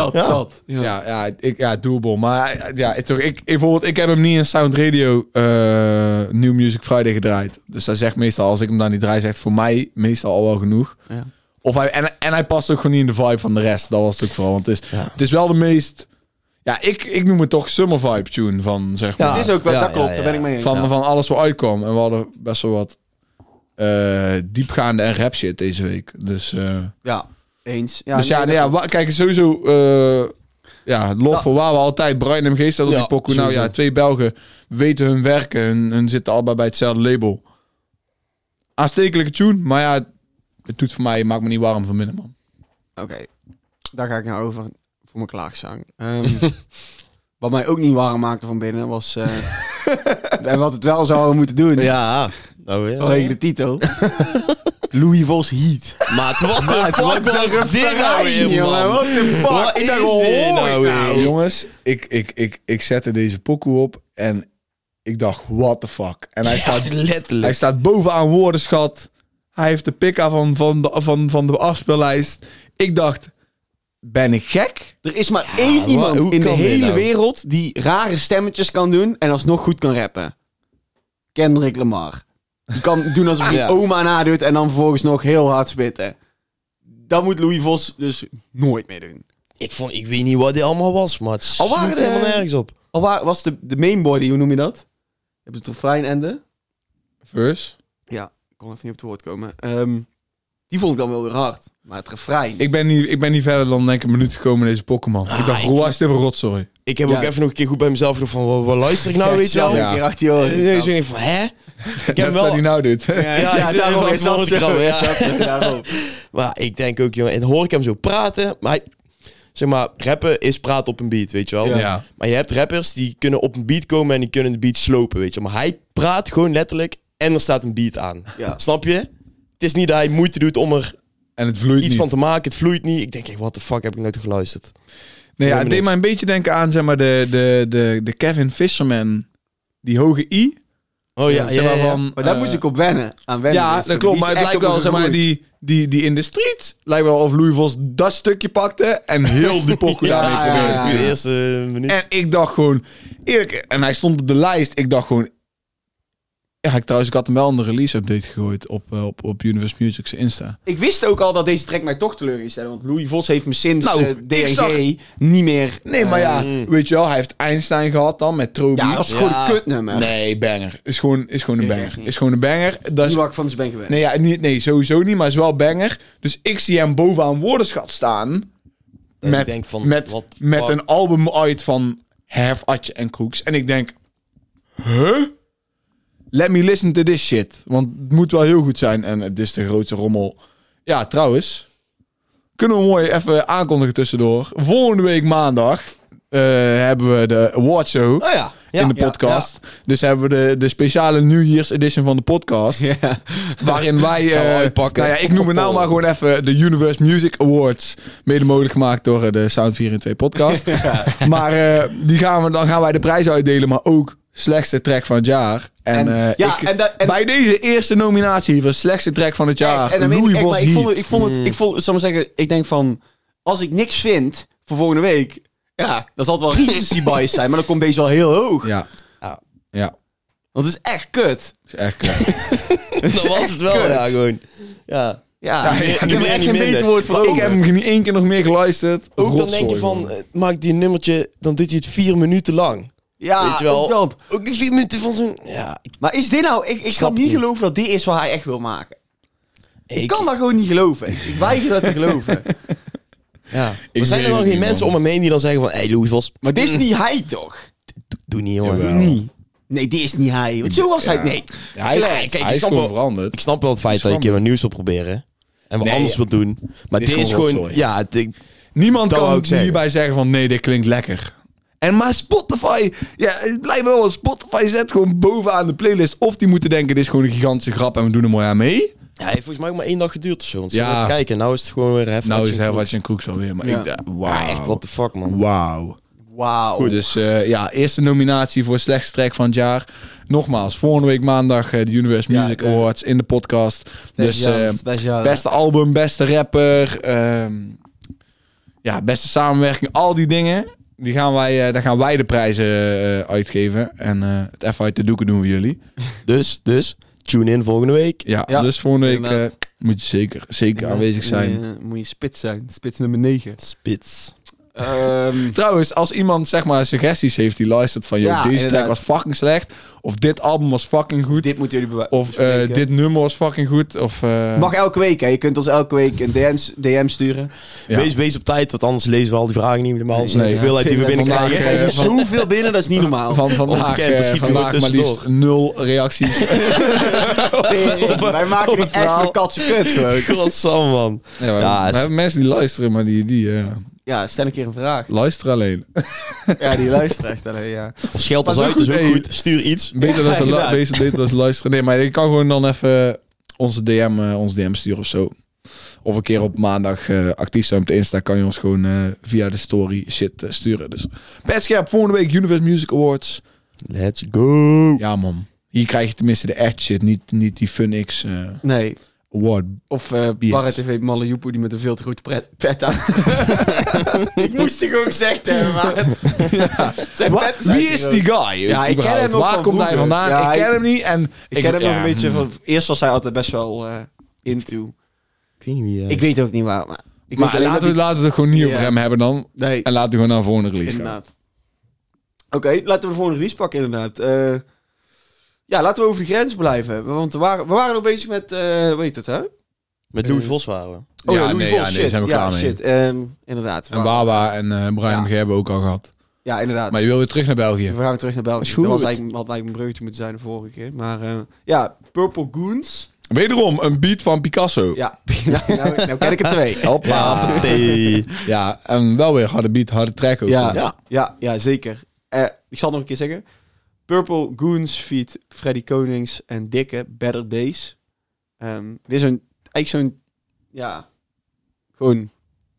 Ja, doable. Maar ik heb hem niet in Sound Radio New Music Friday gedraaid. Dus dat zegt meestal, als ik hem dan niet draai, zegt voor mij meestal al wel genoeg. Ja. Hij past ook gewoon niet in de vibe van de rest. Dat was het ook vooral. Want het is wel de meest... Ja, ik noem het toch summer vibe tune van, zeg maar. Ja, het is ook wel, dat klopt, daar ben ik mee eens. Van alles wat uitkwam. En we hadden best wel wat diepgaande en rap shit deze week. Dus... Eens. Kijk, sowieso... lof voor waar we altijd. Brian en MG staat op die pokoe. Nou 2 Belgen weten hun werken. Hun zitten allebei bij hetzelfde label. Aanstekelijke tune. Maar ja, het doet voor mij... Maakt me niet warm van binnen, man. Oké. Daar ga ik nou over voor mijn klaagzang. Wat mij ook niet warm maakte van binnen was... en wat het wel zou moeten doen. Ja. Vanwege de titel. Louis Vos Heat. Maat, wat de fuck was dit nou weer, man? What the fuck? Wat is dit nou weer? Jongens, ik zette deze pokoe op en ik dacht, what the fuck? En hij staat bovenaan woordenschat. Hij heeft de pika van de afspeellijst. Ik dacht, ben ik gek? Er is maar één iemand in de hele wereld die rare stemmetjes kan doen en alsnog goed kan rappen. Kendrick Lamar. Die kan doen alsof hij oma nadoet en dan vervolgens nog heel hard spitten. Dat moet Louis Vos dus nooit meer doen. Ik weet niet wat dit allemaal was, maar het sloeg helemaal nergens op. Was de main body, hoe noem je dat? Je hebt het refrein ende. Verse? Ja, ik kon even niet op het woord komen. Die vond ik dan wel weer hard. Maar het refrein... Ik ben niet verder dan denk ik een minuut gekomen in deze Pokémon. Ik dacht, hoe was dit even rotzooi? Ik heb ook even nog een keer goed bij mezelf gedacht van, wat luister ik nou, weet je wel? Ja. Een keer achter je oren. Dus ik van, hè? Ik heb wel... wat hij nou doet. Daarom. Maar ik denk ook, jongen, en dan hoor ik hem zo praten, maar zeg maar, rappen is praten op een beat, weet je wel? Ja. Maar je hebt rappers die kunnen op een beat komen en die kunnen de beat slopen, weet je wel? Maar hij praat gewoon letterlijk en er staat een beat aan. Ja. Snap je? Het is niet dat hij moeite doet om er en het vloeit iets niet van te maken. Het vloeit niet. Ik denk echt, what the fuck heb ik nou toch geluisterd? Nee, het deed mij een beetje denken aan, zeg maar, de Kevin Fisherman. Die hoge I. Oh ja, zeg maar van, maar daar moet ik op wennen. Ja, dat klopt. Maar het lijkt wel, zeg maar, die in de street. Lijkt wel of Louis Vos dat stukje pakte en heel die pokoe daarmee probeerde. De eerste minuut. En ik dacht gewoon, eerlijk, en hij stond op de lijst. Ik dacht gewoon, ja, ik had hem wel een release-update gegooid op Universe Music's Insta. Ik wist ook al dat deze track mij toch teleur ging stellen. Want Louis Vos heeft me sinds DNG niet meer... Nee, maar ja, weet je wel, hij heeft Einstein gehad dan met Trobi. Ja, dat is gewoon een kutnummer. Nee, banger. Is gewoon een banger. Is gewoon een banger. Dat is niet wat ik van ben geweest. Nee, sowieso niet, maar is wel banger. Dus ik zie hem bovenaan woordenschat staan. Met een album uit van Hef, Atje en Kroeks. En ik denk, let me listen to this shit. Want het moet wel heel goed zijn. En het is de grootste rommel. Ja, trouwens. Kunnen we mooi even aankondigen tussendoor. Volgende week maandag hebben we de awardshow in de podcast. Ja. Dus hebben we de speciale New Year's edition van de podcast. Yeah. Waarin wij uitpakken. Nou ja, ik noem het nou maar gewoon even de Universe Music Awards. Mede mogelijk gemaakt door de Sound 4 in 2 podcast. Maar dan gaan wij de prijs uitdelen. Maar ook slechtste track van het jaar. Bij deze eerste nominatie voor slechtste track van het jaar. Ik denk van, als ik niks vind voor volgende week, dan zal het wel recency bias zijn, maar dan komt deze wel heel hoog. Ja. Want het is echt kut. Dat was het wel, gewoon. Ja. Ik heb er echt geen beter woord voor over. Ik heb hem niet één keer nog meer geluisterd. Ook dan denk je van, maak die nummertje, dan doet hij het 4 minuten lang. Ja, weet je wel? Ook die 4 minuten van zo'n... Ja. Maar is dit nou... Ik kan niet geloven dat dit is wat hij echt wil maken. Ik kan dat gewoon niet geloven. Ik weiger dat te geloven. Ja. Ik Er zijn er weet dan het geen niet, mensen man. om me heen die dan zeggen van... Hey, Louis Vos. Maar dit is niet hij, toch? Doe niet, jongen. Jawel. Niet. Nee, dit is niet hij. Want zo was hij. Nee. Ja, hij is, Kijk, hij ik is snap gewoon wel- veranderd. Ik snap wel het feit dat je een keer wat nieuws wil proberen. En wat Nee, anders wil doen. Maar dit dit is is gewoon gewoon... rotzooi. Ja, Niemand Dat wou kan ik zeggen. hierbij zeggen van nee, dit klinkt lekker. Maar Spotify, ja, het blijft wel. Spotify zet gewoon bovenaan de playlist. Of die moeten denken, dit is gewoon een gigantische grap en we doen er mooi aan mee. ja, hij heeft volgens mij ook maar 1 dag geduurd of zo. Want ze Ja. ja. kijken, nou is het gewoon weer even... Nou is Action het Cruise. wat je een kroeks alweer. Maar Ja. ik dacht, wauw. Ja, echt, what the fuck, man. Wauw. Wauw. Goed, dus ja, eerste nominatie voor slechtste track van het jaar. Nogmaals, volgende week maandag de Universe Ja, Music ja. Awards in de podcast. Dus Speciaal. beste album, beste rapper, ja, beste samenwerking, al die dingen. Daar gaan wij de prijzen uitgeven. En het even uit de doeken doen voor jullie. Dus, tune in volgende week. Ja, Ja, dus volgende week inderdaad. moet je zeker aanwezig zijn. Moet je spits zijn. Spits nummer 9. Spits. Trouwens, als iemand zeg maar suggesties heeft die luistert van... Joh, Ja, deze track inderdaad. was fucking slecht. Of dit album was fucking goed. Dit moeten jullie Of bespreken. dit nummer was fucking goed. Of, Mag elke week, hè. Je kunt ons elke week een DM sturen. ja. Wees op tijd, want anders lezen we al die vragen niet meer. Maar als Nee, de hoeveelheid die we vandaag, binnenkrijgen... Zoveel binnen, dat is niet normaal. Van vandaag, Ongekend, dan schiet hij vandaag gewoon maar liefst 0 reacties. Wij maken dit echt een katse kut gewoon. Godsam, man. Ja, we Ja, hebben mensen die luisteren, maar die Ja, stel een keer een vraag. luisteren alleen. Ja, die luisteren echt alleen, ja. Of scheld Maar ons zo uit, is goed, ook hey. goed. Stuur iets. Beter dan ze, inderdaad. beter dan ze luisteren. Nee, maar je kan gewoon dan even onze DM sturen of zo. Of een keer op maandag actief zijn op de Insta. Kan je ons gewoon via de story shit sturen. Dus best scherp. Volgende week Universe Music Awards. Let's go. Ja man. Hier krijg je tenminste de echt shit. Niet die FunX Nee. award. Of Barra TV Malle Joepoe die met een veel te grote pet aan. Ik moest het gewoon gezegd hebben, maar... Zijn pet is Wie is die guy? Ja, ik ken überhaupt? hem nog Waar van komt hij vroeger. vandaan? Ja, ik ken ik- hem niet. En Ik ken hem nog ja, een beetje van... Eerst was hij altijd best wel into. Ik weet niet wie Ik weet ook niet waar, maar... Ik Maar weet alleen laten we dat het er gewoon niet over Ja. hem hebben dan. hij- Nee, En laten we gewoon naar de volgende release gaan. inderdaad. Oké, laten we de volgende release pakken, inderdaad. Ja, laten we over de grens blijven. Want we waren nog bezig met... hoe heet het, hè? Met Louis Vos waren we. Oh Ja, Louis nee, Vos, ja, nee, shit. daar zijn we klaar mee. Shit. Inderdaad. En Wawa en Brian Ja. MG hebben we ook al gehad. Ja, inderdaad. Maar je wil weer terug naar België. We gaan weer terug naar België. Is goed. Dat was eigenlijk, had eigenlijk een breukje moeten zijn de vorige keer. Maar ja, Purple Goons. Wederom een beat van Picasso. Ja, nou ken ik er 2. Hoppa. Ja, en wel weer harde beat, harde track ook. Ja, zeker. Ik zal het nog een keer zeggen. Purple Goons feat Freddy Konings en Dikke Better Days. Weer ja, gewoon...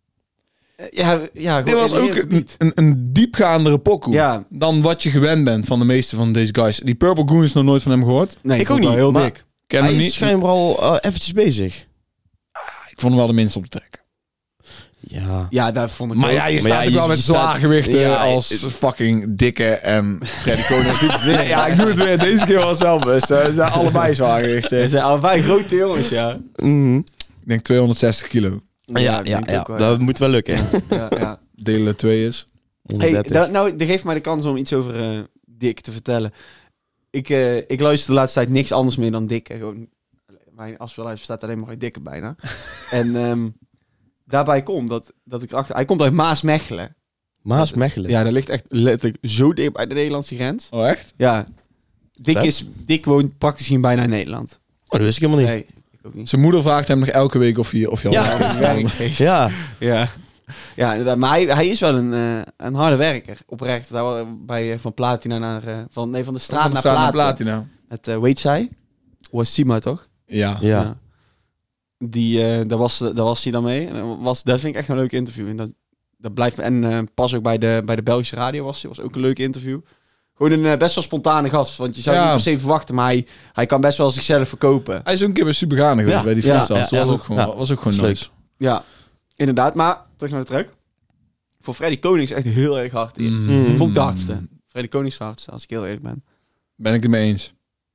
Dit was ook een diepgaandere pokoe Ja. dan wat je gewend bent van de meeste van deze guys. Die Purple Goon is nog nooit van hem gehoord. Nee, Ik ook vond het niet, wel heel maar- dik. Ken Hij hem is niet. schijnbaar al eventjes bezig. Ik vond hem wel de minste op de track. Ja. Ja, daar vond ik Maar ook. ja, je Maar staat ja, ook wel je met staat- zwaargewichten Ja, als het- fucking Dikke en Freddy Konings. Ja, ik doe het weer. Deze keer was wel best. Ze zijn allebei zwaargewichten. Ze zijn allebei grote jongens, ja. Mhm. Ik denk 260 kilo. Ja, ik denk ook wel, dat moet wel lukken. ja. Delen 2 is. Hey, 130. dat geeft mij de kans om iets over Dick te vertellen. Ik luister de laatste tijd niks anders meer dan Dikke. Gewoon, als we luisteren staat alleen maar uit Dikke bijna. En daarbij komt dat ik erachter... Hij komt uit Maasmechelen. Maasmechelen. Ja, dat ligt echt letterlijk zo dicht bij de Nederlandse grens. Oh, echt? Ja. Vet. Dick woont praktisch hier bijna in Nederland. Oh, dat wist ik helemaal niet. Nee, ik ook niet. Zijn moeder vraagt hem nog elke week of hij al Ja. Werk heeft. Ja. Ja, inderdaad. Maar hij is wel een harde werker. Oprecht. Daar van Platina naar... van de straat Van de naar straat naar Platina. Platina. Het, weet zij? Was Sima, toch? Ja. Daar was hij dan mee. En dat vind ik echt een leuk interview. En dat blijft... En pas ook bij de Belgische radio was ook een leuk interview. Gewoon een best wel spontane gast. Want je zou Ja. niet per se verwachten, maar hij kan best wel zichzelf verkopen. Hij is ook een keer bij Supergaande geweest Ja. bij die Ja. freestyles. Ja, Dat ja. was ook gewoon Dat is nice. Ja, inderdaad. Maar terug naar de track. Voor Freddy Konings echt heel erg hard in. Mm. Vond ik de hardste. Freddy Konings de hardste, als ik heel eerlijk ben. Ben ik het mee eens.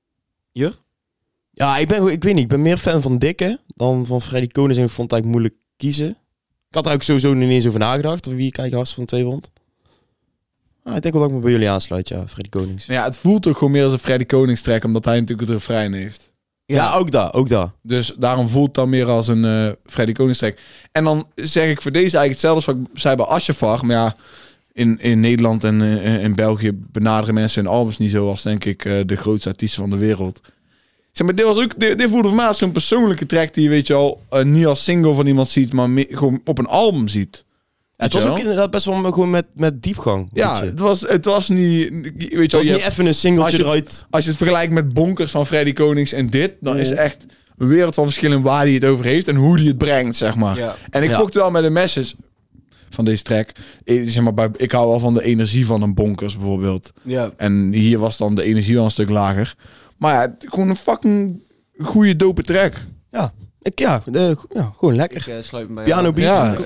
Ja, ik weet niet. Ik ben meer fan van Dikke dan van Freddy Konings. En ik vond het eigenlijk moeilijk kiezen. Ik had er ook sowieso niet eens over nagedacht. Of wie ik eigenlijk hardst van de twee vond. Ik denk wel dat ik me bij jullie aansluit, ja. Freddy Konings. Ja, het voelt ook gewoon meer als een Freddy Konings track, omdat hij natuurlijk het refrein heeft. Ja, ook daar. Dus daarom voelt het dan meer als een Freddy Konings track. En dan zeg ik voor deze eigenlijk hetzelfde als wat ik zei bij Asjefar. Maar ja, in Nederland en in België benaderen mensen hun albums niet zo als, denk ik, de grootste artiesten van de wereld. Zeg maar, dit voelde voor mij als zo'n persoonlijke track die je, weet je al, niet als single van iemand ziet, maar gewoon op een album ziet. Het was ook inderdaad best wel gewoon met diepgang. Ja, het was niet... Weet je het was niet even een singeltje eruit. Als je het vergelijkt met Bonkers van Freddy Konings en dit, dan is echt een wereld van verschil in waar hij het over heeft en hoe hij het brengt, zeg maar. Ja. En ik vocht wel met de message van deze track. Zeg maar, ik hou wel van de energie van een Bonkers bijvoorbeeld. Ja. En hier was dan de energie wel een stuk lager. Maar ja, gewoon een fucking goede dope track. Ja. Gewoon lekker. Ik sluit me bij Piano beat.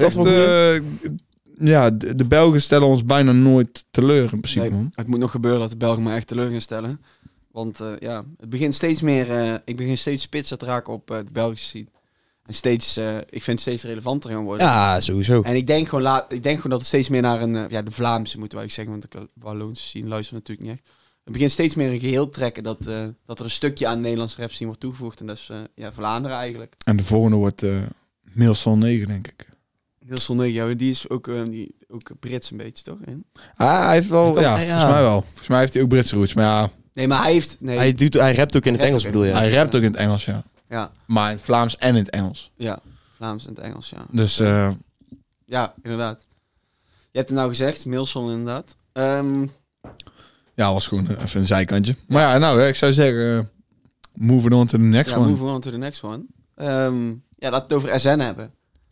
Ja, de Belgen stellen ons bijna nooit teleur in principe. Nee, het moet nog gebeuren dat de Belgen me echt teleur gaan stellen. Want het begint steeds meer... ik begin steeds spitser te raken op de Belgische scene. En ik vind het steeds relevanter gaan worden. Ja, sowieso. En ik denk gewoon dat het steeds meer naar de Vlaamse moeten wij zeggen. Want de Walloonse scene luisteren natuurlijk niet echt. Het begint steeds meer een geheel trekken dat er een stukje aan de Nederlandse rap scene wordt toegevoegd. En dat is Vlaanderen eigenlijk. En de volgende wordt Milson 9, denk ik. Milson 9, die is ook Brits een beetje, toch? Hij heeft wel, volgens mij wel. Volgens mij heeft hij ook Britse roots, maar ja. Nee, maar hij rapt ook in het Engels, bedoel je? Hij rapt ook in het Engels, ja. Ja. Maar in het Vlaams en in het Engels. Ja, Vlaams en het Engels, ja. Dus, ja, inderdaad. Je hebt het nou gezegd, Milson inderdaad. Ja, was gewoon even een zijkantje. Maar ja, nou, ik zou zeggen, moving on to the next one. Moving on to the next one. Laten we het over SN hebben.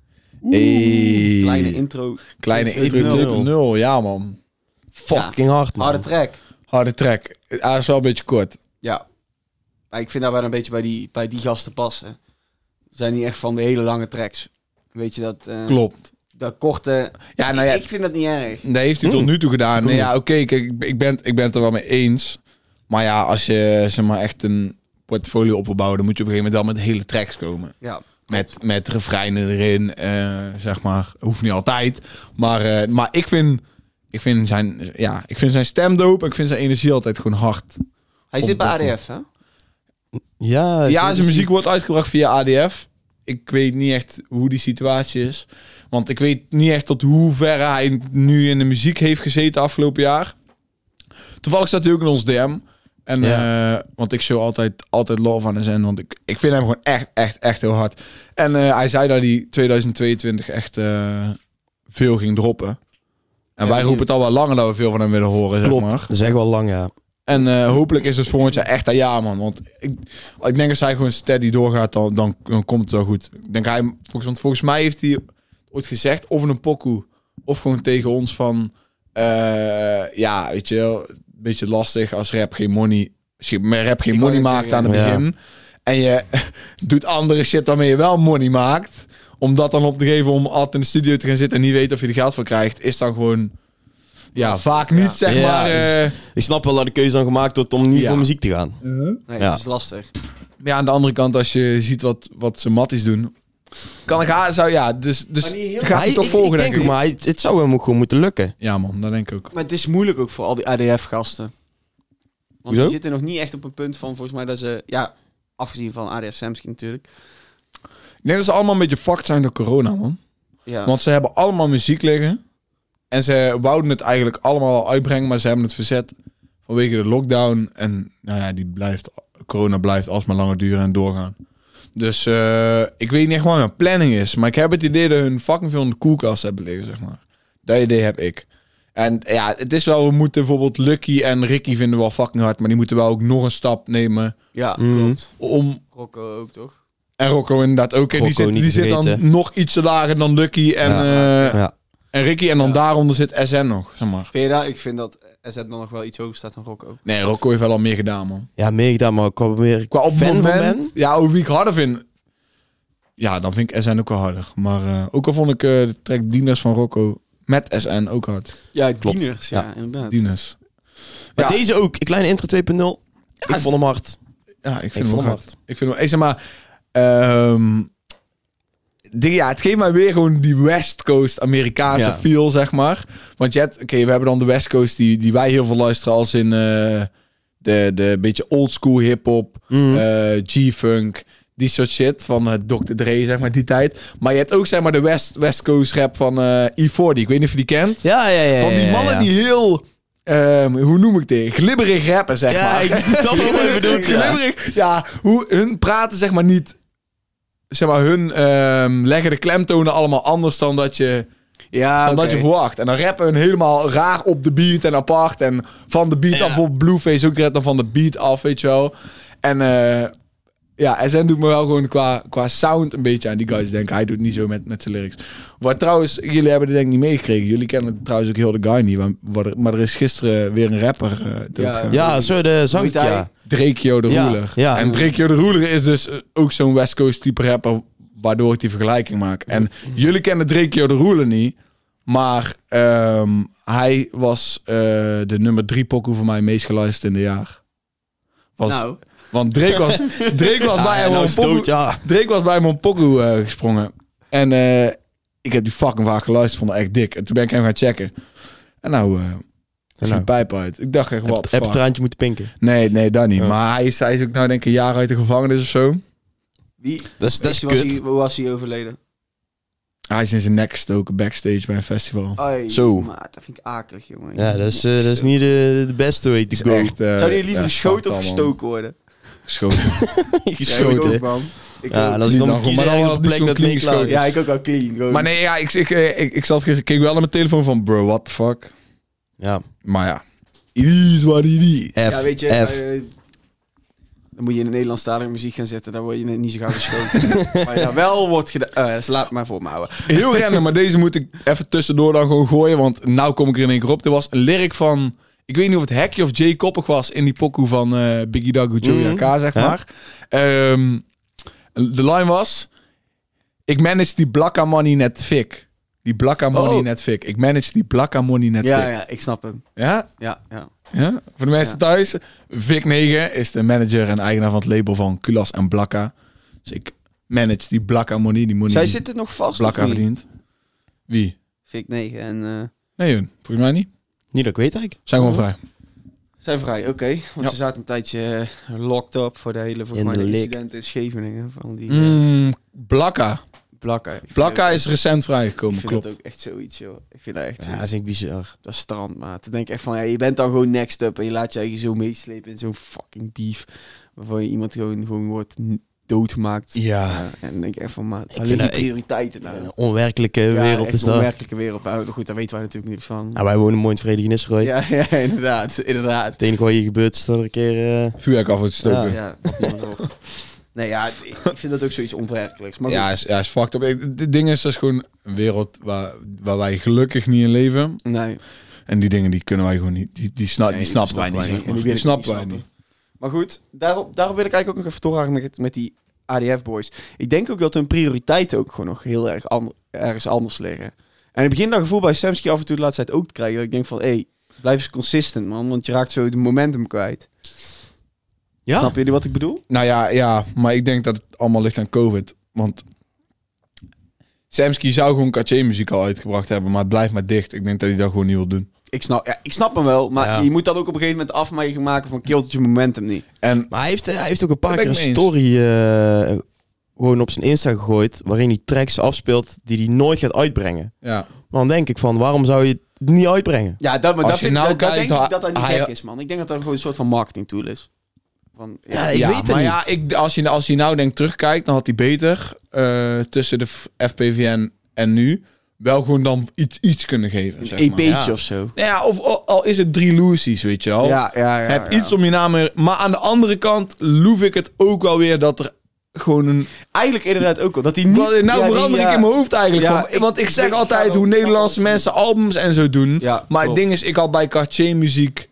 Hey. Kleine intro 2.0, ja man. Fucking hard, man. Harde track. Hij is wel een beetje kort. Ja. Maar ik vind dat wel een beetje bij die gasten passen. Ze zijn niet echt van de hele lange tracks. Weet je dat... Klopt. Dat korte... Ja, nou ja, ik vind dat niet erg. Dat heeft hij tot nu toe gedaan. Nee, ja, oké, kijk, ik ben het er wel mee eens. Maar ja, als je zeg maar echt een portfolio op wil bouwen, dan moet je op een gegeven moment wel met hele tracks komen. Ja. Met refreinen erin, zeg maar. Hoeft niet altijd. Maar ik vind zijn stem dope en ik vind zijn energie altijd gewoon hard. Hij zit bij ADF, hè? Ja, zijn muziek wordt uitgebracht via ADF. Ik weet niet echt hoe die situatie is. Want ik weet niet echt tot hoeverre hij nu in de muziek heeft gezeten afgelopen jaar. Toevallig staat hij ook in ons DM. En, want ik show altijd love aan SN. Want ik vind hem gewoon echt heel hard. En hij zei dat hij 2022 echt veel ging droppen. En wij roepen het al wel langer dat we veel van hem willen horen. Klopt, zeg maar. Dat is echt wel lang, ja. En hopelijk is het volgend jaar echt dat jaar, man. Want ik denk als hij gewoon steady doorgaat, dan komt het wel goed. Ik denk volgens mij heeft hij ooit gezegd, of in een pokoe, of gewoon tegen ons van... weet je wel, een beetje lastig als rap geen money... Als je rap geen money maakt aan het begin... en je doet andere shit waarmee je wel money maakt... om dat dan op te geven om altijd in de studio te gaan zitten... en niet weten of je er geld voor krijgt, is dan gewoon... Ja, vaak niet, zeg maar. Dus, ik snap wel dat de keuze dan gemaakt wordt om niet voor muziek te gaan. Nee, het is lastig. Maar ja, aan de andere kant, als je ziet wat ze matties doen... Dus gaat hij toch volgen, denk ik. Maar het zou hem ook gewoon moeten lukken. Ja man, dat denk ik ook. Maar het is moeilijk ook voor al die ADF-gasten. Want die zitten nog niet echt op een punt van, volgens mij, dat ze... Ja, afgezien van ADF Samsky natuurlijk. Ik denk dat ze allemaal een beetje fucked zijn door corona, man. Ja. Want ze hebben allemaal muziek liggen. En ze wouden het eigenlijk allemaal uitbrengen, maar ze hebben het verzet vanwege de lockdown. En nou ja, corona blijft alsmaar langer duren en doorgaan. Dus ik weet niet echt wat mijn planning is. Maar ik heb het idee dat hun fucking veel in de koelkast hebben liggen, zeg maar. Dat idee heb ik. En ja, het is wel, we moeten bijvoorbeeld Lucky en Ricky vinden we wel fucking hard. Maar die moeten wel ook nog een stap nemen. Ja, klopt. Rocco ook, toch? En Rocco inderdaad ook. Die zit dan nog iets lager dan Lucky en Ricky. En dan daaronder zit SN nog, zeg maar. Vind je dat? Ik vind dat SN dan nog wel iets hoger staat dan Rocco. Nee, Rocco heeft wel al meer gedaan, man. Ja, meer gedaan, maar qua op fan moment, ja, over wie ik harder vind. Ja, dan vind ik SN ook wel harder. Maar ook al vond ik de track Dieners van Rocco met SN ook hard. Ja, klopt. Dieners, ja, inderdaad. Dieners. Maar deze ook, een kleine intro 2.0. Ik vond hem hard. Ja, ik vind hem hard. Ik vind hem, zeg maar... het geeft mij weer gewoon die West Coast Amerikaanse feel, zeg maar. Want je hebt, we hebben dan de West Coast die wij heel veel luisteren als in de beetje oldschool hip-hop, G-funk, die soort shit van Dr. Dre, zeg maar, die tijd. Maar je hebt ook, zeg maar, de West Coast rap van E40. Ik weet niet of je die kent. Ja. Van die mannen die heel... hoe noem ik dit? Glibberig rappen, zeg maar. Ja, ik snap wel wat je bedoelt. Ja. Glibberig. Ja, hoe hun praten, zeg maar, niet... Zeg maar, hun leggen de klemtonen allemaal anders dan dat je... Ja, dan dat je verwacht. En dan rappen hun helemaal raar op de beat en apart. En van de beat af op Blueface ook dan van de beat af, weet je wel. En SN doet me wel gewoon qua sound een beetje aan die guys denken. Hij doet niet zo met zijn lyrics. Wat trouwens, jullie hebben het denk ik niet meegekregen. Jullie kennen trouwens ook heel de guy niet. Maar er is gisteren weer een rapper doodgegaan. Ja, zo zag ik, ja. Drakeo de Ruler. Ja. En Drakeo de Ruler is dus ook zo'n West Coast type rapper, waardoor ik die vergelijking maak. En jullie kennen Drakeo de Ruler niet, maar hij was de nummer 3 pokoe voor mij meest geluisterd in de jaar. Want Drake was bij hem op pokoe. Drake was bij hem op pokoe gesprongen. En ik heb die fucking vaak geluisterd, vond het echt dik. En toen ben ik hem gaan checken. En nou is een pijp uit. Ik dacht echt, wat heb je een traantje moeten pinken? Nee, dat niet. Maar hij is ook nou denk ik een jaar uit de gevangenis of zo. Wie? Dat is kut. Hoe was hij overleden? Hij is in zijn nek gestoken backstage bij een festival. Oei, Zo. Maat, dat vind ik akelig, jongen. Ja, dat is niet de beste way to go. Echt, zou die liever geschoten of gestoken worden? Geschoten. Geschoten. Ja, man. En als ik dan moet kiezen op een plek dat niet klaar is. Ja, ik ook wel clean. Gewoon. Maar nee, ja, ik zat gisteren, keek wel naar mijn telefoon van bro, what the fuck. Ja. Maar ja, it is what it is. Ja, weet je, dan moet je in de Nederlandstalige muziek gaan zetten. Dan word je niet zo gauw geschoten. Maar ja, wel wordt gedaan. Dus laat het maar voor me houden. Heel random, maar deze moet ik even tussendoor dan gewoon gooien. Want nou kom ik er in één keer op. Er was een lyric van... Ik weet niet of het Hekje of Jay Koppig was in die pokoe van Biggie Dagu, Joey AK, zeg maar. De line was... Ik manage die blakka money net fik. Die blakka money net fik. Ik manage die blakka money net fik. Ja, ik snap hem. Ja? Ja. Ja? Voor de mensen thuis, Vic 9 is de manager en eigenaar van het label van Kulas en Blakka. Dus ik manage die Blakka money, die money. Zij die zitten nog vast, Blakka verdient. Wie? Vic 9 en... Nee, hun. Volgens mij niet. Niet dat ik weet eigenlijk. Zijn gewoon vrij. Zijn vrij, oké. Want ze zaten een tijdje locked up voor de hele volgens mij de incident in Scheveningen. Van die Blakka. Blakka is recent vrijgekomen, klopt. Ik vind dat ook echt zoiets, joh. Ik vind dat echt zoiets. Dat vind ik bizar. Dat is strandmaat. Dan denk ik echt van, ja, je bent dan gewoon next up en je laat je eigen zo meeslepen in zo'n fucking beef. Waarvan je iemand gewoon wordt doodgemaakt. Ja. En dan denk ik echt van, maar waar vind liggen dat prioriteiten nou? Een onwerkelijke wereld is een dat. onwerkelijke wereld. Maar goed, daar weten wij natuurlijk niks van. Nou, wij wonen mooi in het Verenigd Israël. Ja, inderdaad. Het enige wat hier gebeurt is dat er een keer... Vuurwerk af wordt gestoken. Ja, wat niemand hoort. Nee, ja, ik vind dat ook zoiets onwerkelijks. Maar ja, is fucked up. Het ding is, dat is gewoon een wereld waar wij gelukkig niet in leven. Nee. En die dingen die kunnen wij gewoon niet. Die snappen wij niet. Zeg maar. Die snappen wij niet. Maar goed, daarop wil ik eigenlijk ook nog even doorgaan met die ADF-boys. Ik denk ook dat hun prioriteiten ook gewoon nog heel erg ergens anders liggen. En ik begin dat gevoel bij Samsky af en toe de laatste tijd ook te krijgen. Dat ik denk van, blijf eens consistent, man. Want je raakt zo de momentum kwijt. Ja? Snap jullie wat ik bedoel? Nou ja, maar ik denk dat het allemaal ligt aan COVID. Want Samsky zou gewoon Katje-muziek al uitgebracht hebben, maar het blijft maar dicht. Ik denk dat hij dat gewoon niet wil doen. Ik snap hem wel, maar je moet dan ook op een gegeven moment afweging maken van kilt je momentum niet. Maar hij heeft ook een paar keer een story gewoon op zijn Insta gegooid, waarin hij tracks afspeelt die hij nooit gaat uitbrengen. Ja. Maar dan denk ik van, waarom zou je het niet uitbrengen? Ja, dat denk ik dat dat niet gek is, man. Ik denk dat dat gewoon een soort van marketing tool is. Van, ik weet het maar niet. Ja, als je nou denkt terugkijkt, dan had hij beter tussen de FPVN en nu wel gewoon dan iets kunnen geven. Een zeg EP'tje of zo. Nou ja, of al is het 3 Lucy's, weet je wel. Ja. Heb iets om je naam mee. Maar aan de andere kant loef ik het ook wel weer dat er gewoon een... Eigenlijk inderdaad ook wel. Dat hij niet... Nou verander ik in mijn hoofd eigenlijk Ja, van. Want ik zeg altijd hoe Nederlandse mensen albums en zo doen. Ja, maar klopt. het ding is, ik had bij Cartier muziek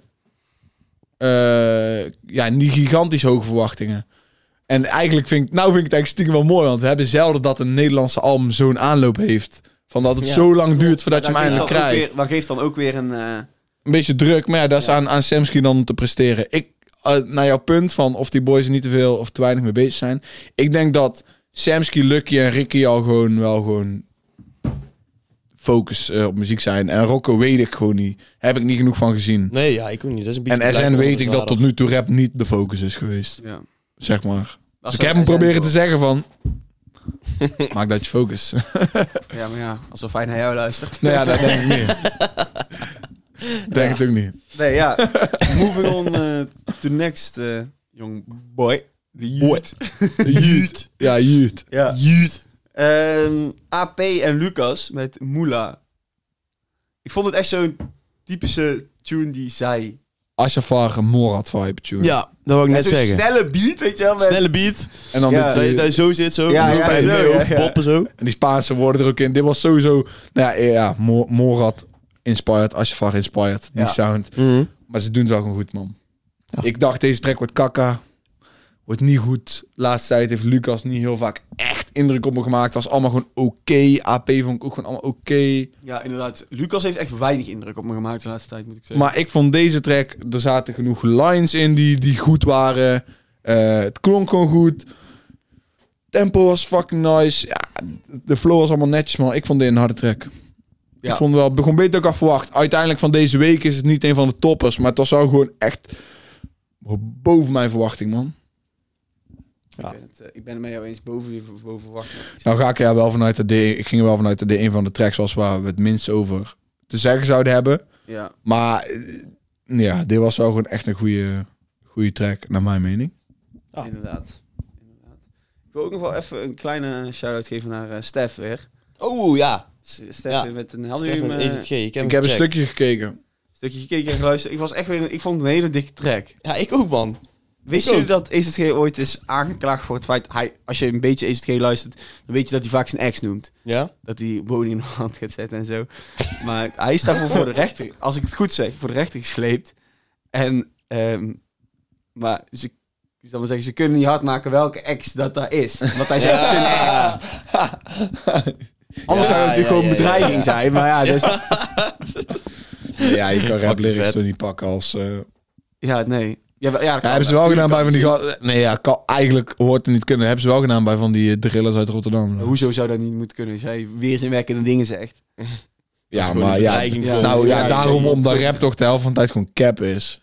niet gigantisch hoge verwachtingen. En eigenlijk vind ik het eigenlijk stiekem wel mooi. Want we hebben zelden dat een Nederlandse album zo'n aanloop heeft. Van dat het zo lang duurt voordat je hem eindelijk krijgt. Dat geeft dan ook weer een... Een beetje druk, maar ja, dat is aan Samsky dan om te presteren. Naar jouw punt van of die boys er niet te veel of te weinig mee bezig zijn. Ik denk dat Samsky, Lucky en Ricky al gewoon focus op muziek zijn. En Rocco weet ik gewoon niet. Heb ik niet genoeg van gezien. Nee, ja, ik ook niet. Dat is een beetje En SN weet ik dat tot nu toe rap niet de focus is geweest. Ja. Zeg maar. Als Dus ik heb hem SN proberen te toch- zeggen van... maak dat je focus. Ja, maar ja, als zo fijn naar jou luistert. Nou ja, dat denk ik niet. Denk het ook niet. Nee, ja. Moving on to next, young boy. The youth. Youth. Ja, youth. Ja. Youth. AP en Lucas met Moela. Ik vond het echt zo'n typische tune die zij... Asjafar Morad vibe tune. Ja, dat wou ik net Zo'n zeggen. snelle beat, weet je wel. Met... Snelle beat. En dan Ja. met Dat die, je zo zit, zo. Ja, Met ja, bij zo, je ja, hoofd ja. poppen, zo. en die Spaanse woorden er ook in. Dit was sowieso... Nou ja, Morad inspired. Asjafar inspired. Die Ja. sound. Mhm. Maar ze doen het wel gewoon goed, man. Ja. Ik dacht, deze track wordt kakka. Wordt niet goed. Laatste tijd heeft Lucas niet heel vaak echt indruk op me gemaakt. Het was allemaal gewoon oké. AP vond ik ook gewoon allemaal oké. Ja, inderdaad. Lucas heeft echt weinig indruk op me gemaakt de laatste tijd, moet ik zeggen. Maar ik vond deze track... Er zaten genoeg lines in die goed waren. Het klonk gewoon goed. Tempo was fucking nice. Ja, de flow was allemaal netjes, man. Ik vond dit een harde track. Ja. Ik vond het wel... begon beter ook al verwacht. Uiteindelijk van deze week is het niet een van de toppers. Maar het was wel gewoon echt... boven mijn verwachting, man. Ja. Ik ben het met jou eens boven verwachting. Nou ga ik er wel vanuit dat ik ging er wel vanuit dat dit een van de tracks was waar we het minst over te zeggen zouden hebben. Ja. Maar ja, dit was wel gewoon echt een goede track, naar mijn mening. Ja. Inderdaad. Ik wil ook nog wel even een kleine shout-out geven naar Stef weer. Oh, ja. Stef Ja. weer met een Stef met EZG. Ik heb Ik hem heb een gecheckt. stukje gekeken. stukje gekeken en geluisterd. Ik vond het een hele dikke track. Ja, ik ook, man. Wist ook. je dat EZG ooit is aangeklaagd voor het feit... Als je een beetje EZG luistert, dan weet je dat hij vaak zijn ex noemt. Ja? Dat hij woning in de hand gaat zetten en zo. Maar hij is daarvoor voor de rechter, als ik het goed zeg, voor de rechter gesleept. En, maar ze, ik zal maar zeggen, ze kunnen niet hard maken welke ex dat is. Want hij zegt zijn ex. Anders zou het natuurlijk gewoon bedreiging zijn. Maar ja, dus... Ja, je kan rap Fucking lyrics vet. toch niet pakken als... Ja, nee. Ja, dat Ja, kan hebben ze wel gedaan bij van die... natuurlijk Nee, ja, eigenlijk hoort het niet kunnen. Hebben ze wel gedaan bij van die drillers uit Rotterdam. kan- Hoezo zou dat niet moeten kunnen als jij weer zijn wekkende dingen zegt? Ja, gewoon maar een ja, bedreiging voor- nou ja, Ja, daarom zo- omdat zo- rap toch de helft van de tijd gewoon cap is.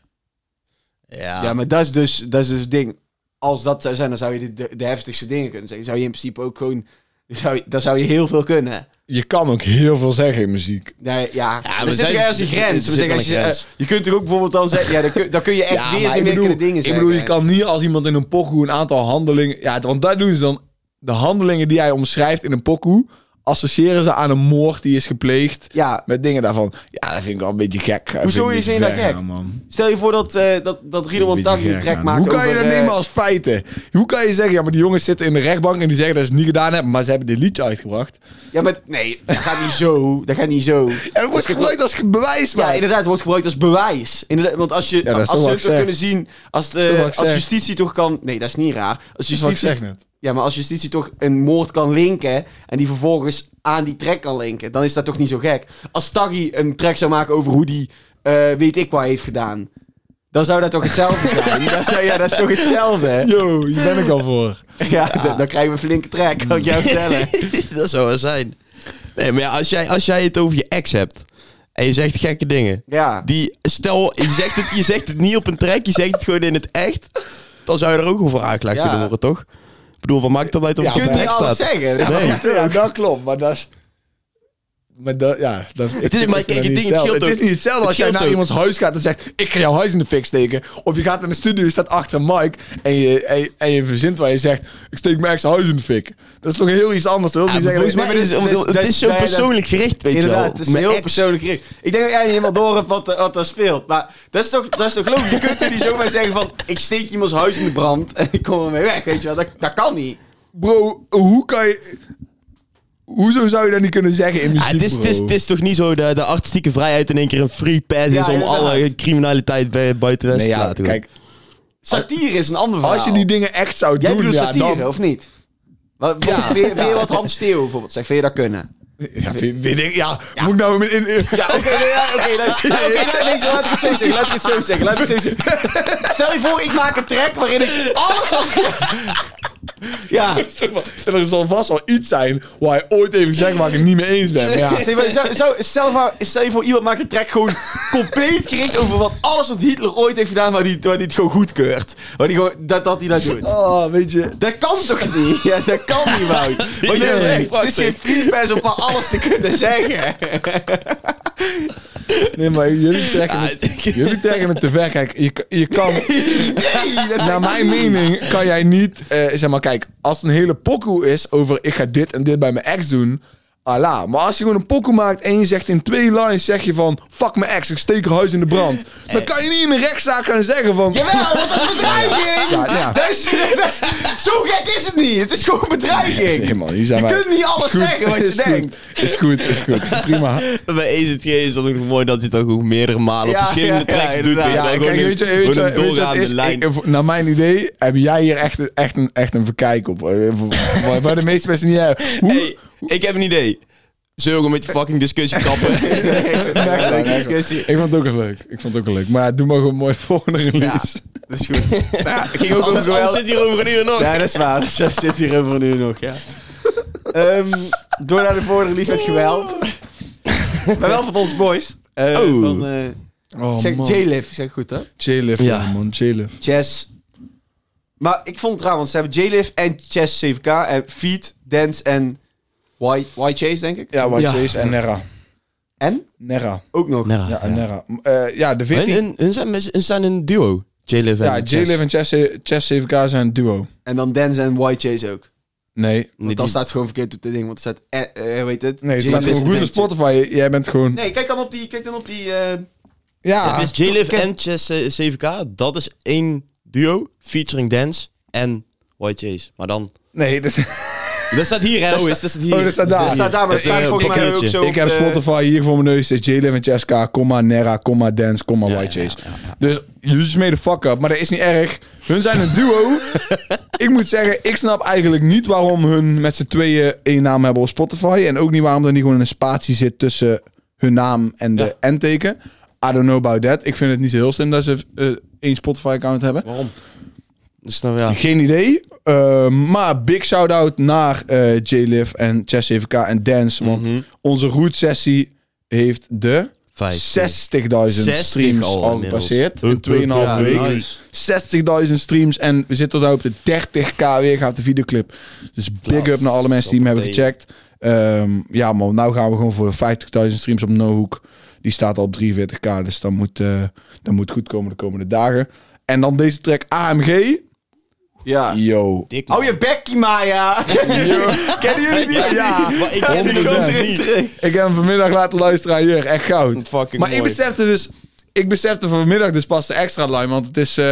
Ja. Ja, maar dat is dus het ding. Als dat zou zijn, dan zou je de heftigste dingen kunnen zeggen. Zou je in principe ook gewoon... Dan zou je heel veel kunnen. Je kan ook heel veel zeggen in muziek. Nee, ja, maar er zit zijn- er ergens een grens. er We zit zeggen, wel als een je, grens. je kunt er ook bijvoorbeeld dan zeggen... Ja, dan kun je echt Ja, weer maar zijn wekkende dingen ik zeggen. bedoel, je kan niet als iemand in een pokoe een aantal handelingen... Ja, want dat doen ze dan. De handelingen die hij omschrijft in een pokoe... associëren ze aan een moord die is gepleegd... Ja, met dingen daarvan. Ja, dat vind ik wel een beetje gek. Dat Hoezo vind ik is een je beetje dat ver gek? gaan, man. stel je voor dat Riedel en Taghi een track maakt Hoe kan je over... dat nemen als feiten? Hoe kan je zeggen... Ja, maar die jongens zitten in de rechtbank... en die zeggen dat ze het niet gedaan hebben... maar ze hebben dit liedje uitgebracht. Ja, maar nee, dat gaat niet zo. Dat gaat niet zo. En dat wordt gebruikt als bewijs, man. Ja, inderdaad, het wordt gebruikt als bewijs. Inderdaad, want als je, dat is toch als wat ze ik het toch zeg. kunnen zien... Als, Dat is toch wat ik als zeg. justitie toch kan... Nee, dat is niet raar. Als Dat is wat ik justitie... zeg net. Ja, maar als justitie toch een moord kan linken... en die vervolgens aan die track kan linken... dan is dat toch niet zo gek. Als Taghi een track zou maken over hoe die... weet ik wat heeft gedaan... dan zou dat toch hetzelfde zijn? Dat is toch hetzelfde? Yo, hier ben ik al voor. Ja, dan krijgen we een flinke track, kan ik jou vertellen. Dat zou wel zijn. Nee, maar ja, als jij het over je ex hebt... en je zegt gekke dingen... Ja. Stel, je zegt het niet op een track... je zegt het gewoon in het echt... dan zou je er ook wel voor aangeklaagd Ja. kunnen worden, toch? Ik bedoel, wat maakt dat uit of Ja, het Je op kunt een niet track alles staat? zeggen. Dat is Nee. niet Ja, terug. dat klopt, maar dat is... Maar dat, ja, dat, Het is- maar kijk, het ding, het scheelt Het is ook. niet hetzelfde Het als jij scheelt naar ook. iemands huis gaat en zegt... Ik ga jouw huis in de fik steken. Of je gaat in de studio, je staat achter een mic... en je verzint waar je zegt... Ik steek mijn eigen huis in de fik. Dat is toch heel iets anders. Dat wil Ja, niet maar zeggen... volgens mij dat- is het, het is zo persoonlijk gericht, weet je wel. Inderdaad, het is Mijn heel ex- persoonlijk gericht. Ik denk dat jij niet helemaal door hebt wat er speelt. Maar dat is toch logisch. Je kunt er niet zomaar zeggen van... Ik steek iemands huis in de brand en ik kom ermee weg. Weet je wel, dat kan niet. Bro, hoe kan je... Hoezo zou je dat niet kunnen zeggen in muziek, het is toch niet zo de artistieke vrijheid in één keer een free pass is Ja, om inderdaad. alle criminaliteit buiten West Nee, te ja, laten gaan. kijk... Satire is een ander verhaal. Als je die dingen echt zou Jij doen... bedoelt Ja, satire, dan... of niet? Vind je wat Hans Theo bijvoorbeeld zegt? Vind je dat kunnen? Ja, weet ik... Ja, moet ik nou... Ja, oké, laat ik het zo zeggen. Stel je voor, ik maak een track waarin ik alles... Ja. Zeg maar, er zal vast wel iets zijn waar hij ooit even gezegd waar ik het niet mee eens ben. Maar ja. Stel je voor, iemand maakt een track gewoon compleet gericht over wat alles wat Hitler ooit heeft gedaan, waar hij het gewoon goedkeurt. Waar hij gewoon, dat hij dat doet. Oh, weet je. Dat kan toch niet? Ja, dat kan niet, Wout. Want het is geen freepass om maar alles te kunnen zeggen. Nee, maar jullie trekken het te ver. Kijk, je kan... naar mijn mening kan jij niet... zeg maar, kijk, als het een hele pokoe is over ik ga dit en dit bij mijn ex doen... Allah. Maar als je gewoon een pokoe maakt en je zegt in 2 lines zeg je van... Fuck mijn ex, ik steek haar huis in de brand. Dan kan je niet in een rechtszaak gaan zeggen van... Jawel, want dat is bedreiging! Ja. Zo gek is het niet. Het is gewoon bedreiging. Nee, man, hier zijn je kunt niet alles zeggen wat je denkt. Is goed. Prima. Bij EZG is dat ook nog mooi dat hij het dan gewoon meerdere malen op verschillende tracks doet. inderdaad. Weet je wel. Kijk, weet je Gewoon een doorgaande lijn. naar mijn idee heb jij hier echt een verkijk op. Waar de meeste mensen niet hebben. Hey, ik heb een idee. Zullen we gewoon met je fucking discussie kappen? Discussie. Ik vond het ook leuk. Maar doe maar gewoon mooi de volgende release. Dat is goed. Ik ging ook Anders zit hier over een uur nog. Ja, dat is waar. Dus dat zit hier over een uur nog, ja. Door naar de volgende release met geweld. Maar wel van ons boys. Van, zeg man. J-Liv, zeg goed hè? J-Liv, Ja. man. J-Liv. Chess. Maar ik vond het raar, want ze hebben J-Liv en Chess 7K en Feet, Dance en Y-Chase, denk ik. Ja, White Chase en Nera. En? Nera. Ook nog. Ja, en Nera. Ja, de 14... Hun zijn een duo. J-Liv en Ja, J-Liv en Chess 7K zijn een duo. En dan Dance en Y-Chase ook. Nee. Want dan staat het gewoon verkeerd op dit ding, want er staat, weet het? Nee, het staat J-Liv gewoon goed op Dance. Spotify. Jij bent gewoon... Nee, kijk dan op die... Ja. Het is J-Liv en Chess 7K. Dat is 1 duo featuring Dance en White Chase. Maar dan... Nee, dus... Dat staat hier, hè? Dat staat hier. Oh, dat staat daar. Dat staat daar, maar dat staat volgens mij ook zo Ik heb Spotify hier voor mijn neus. Het is J-Liv en Chess K, Nera, Dance, White Chase. Dus jullie made the fuck up. Maar dat is niet erg. Hun zijn een duo. Ik moet zeggen, ik snap eigenlijk niet waarom hun met z'n tweeën 1 naam hebben op Spotify. En ook niet waarom er niet gewoon een spatie zit tussen hun naam en de N-teken. I don't know about that. Ik vind het niet zo heel slim dat ze 1 Spotify-account hebben. Waarom? Dus dan, ja. Geen idee. Maar big shout-out naar J-Liv en Chess 7K en Dance. Want onze route-sessie heeft de 60.000 streams al gepasseerd. In 2,5 weken. 60.000 streams. En we zitten daar op de 30k weer. Gaat de videoclip. Dus big up naar alle mensen die hem hebben gecheckt. Ja, maar nou gaan we gewoon voor 50.000 streams op NoHook. Die staat al op 43k. Dus dat moet goed komen de komende dagen. En dan deze track AMG. Ja. Yo. Hou je bekkie, Maya. Kennen jullie die? Ja, Maar ik ken die 100%. gozer niet. Ik heb hem vanmiddag laten luisteren aan Jur. Echt goud. Fucking Maar mooi. ik besefte vanmiddag dus pas de extra line. Want het is...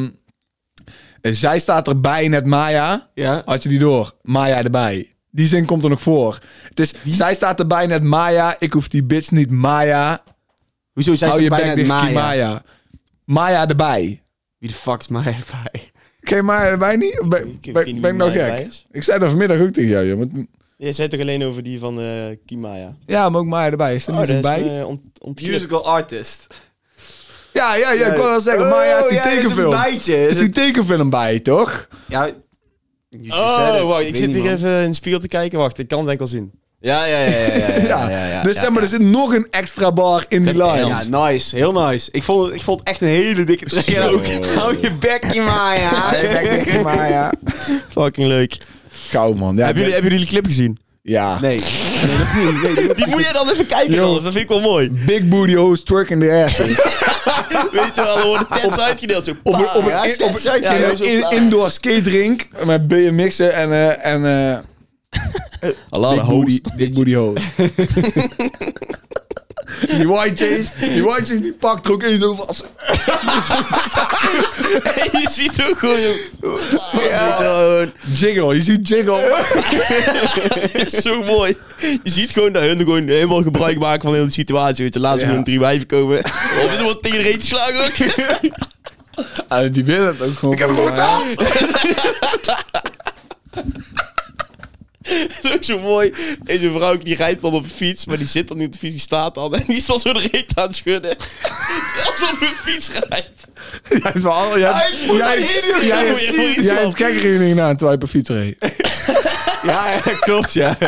zij staat erbij, net Maya. Ja. Had je die door? Maya erbij. Die zin komt er nog voor. Het is... Zij staat erbij, net Maya. Ik hoef die bitch niet Maya. Hoezo zijn Hou ze je bijna bek dicht, Maya? Maya. Maya erbij. Wie de fuck is Maya erbij? Ken je Maya erbij niet? Of ben ik nou gek? Ik zei dat vanmiddag ook tegen jou, joh. Maar- Je zei toch alleen over die van Kimaya? Ja, maar ook Maya erbij. Is er niet eens bij? Musical artist. Ja, ik kon wel zeggen, Maya is die tekenfilm. Dat is een bijtje. Is die tekenfilm bij, toch? Ja. Oh, wacht. Ik zit hier even in de spiegel te kijken. Wacht, ik kan het denk ik wel zien. Ja. Dus zeg maar, er zit nog een extra bar in die line. Ja, nice. Heel nice. Ik vond het echt een hele dikke track. En ook, hou je bekkie, Maya. Fucking leuk. Gauw, man. Ja, Hebben jullie die clip gezien? Ja. Nee. Die moet je dan even kijken, Yo. Rolf. Dat vind ik wel mooi. Big booty hoes twerking the ass. Weet je wel, er worden tents uitgedeeld. Zo, Op een indoor skaterink met BMX'en en Allah, big booty hoes. Die White Chase, die pakt er ook één zo vast. Je ziet ook gewoon... Jiggle, je ziet Jiggle. Zo mooi. Je ziet gewoon dat hun gewoon helemaal gebruik maken van de hele situatie. Weet je, laat ze gewoon 3 wijven komen. Of dit wordt tegen de reet geslagen ook. En die willen het ook gewoon. Ik heb hem ook gehad. Dat is ook zo mooi. Deze vrouw die rijdt dan op een fiets, maar die zit dan niet op de fiets, die staat dan. En die is dan zo de reet aan het schudden. Terwijl ze op een fiets rijdt. Jij hebt kijkerrekening gedaan terwijl je op een fiets reed. Ja, klopt, ja.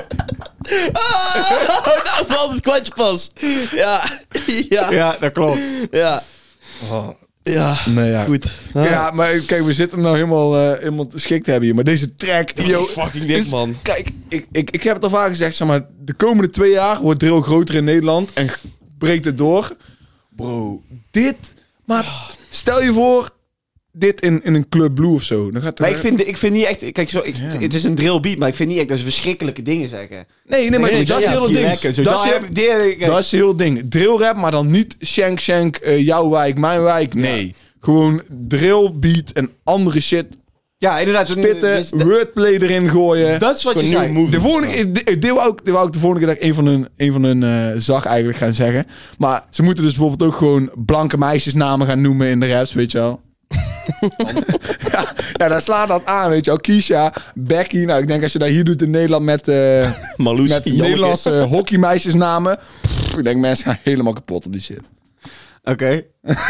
Nou valt het kwartje pas. Ja. Ja, dat klopt. Ja. Ja, Nee, ja. goed. Ja, maar kijk, we zitten nou helemaal schikt hebben hier. Maar deze track... Yo, fucking dik, man. Kijk, ik heb het al vaak gezegd, zeg maar... De komende 2 jaar wordt drill groter in Nederland en breekt het door. Bro, dit... Maar stel je voor... Dit in een Club Blue of zo. Dan gaat Maar ik vind niet echt... Kijk, het is een drill beat, maar ik vind niet echt dat ze verschrikkelijke dingen zeggen. Nee, maar dat is heel het ding. Dat is heel het ding. Drill rap, maar dan niet shank, jouw wijk, mijn wijk. Nee. Ja. Gewoon drill beat en andere shit. Ja, inderdaad. Spitten, wordplay erin gooien. Dat is wat je zei. De volgende, dit wou ik de volgende keer dat ik een van hun zag eigenlijk gaan zeggen. Maar ze moeten dus bijvoorbeeld ook gewoon blanke meisjesnamen gaan noemen in de raps, weet je wel. ja, daar slaat dat aan, weet je wel. Keisha, Becky. Nou, ik denk als je dat hier doet in Nederland met Nederlandse hockeymeisjesnamen. Ik denk mensen gaan helemaal kapot op die shit. Oké.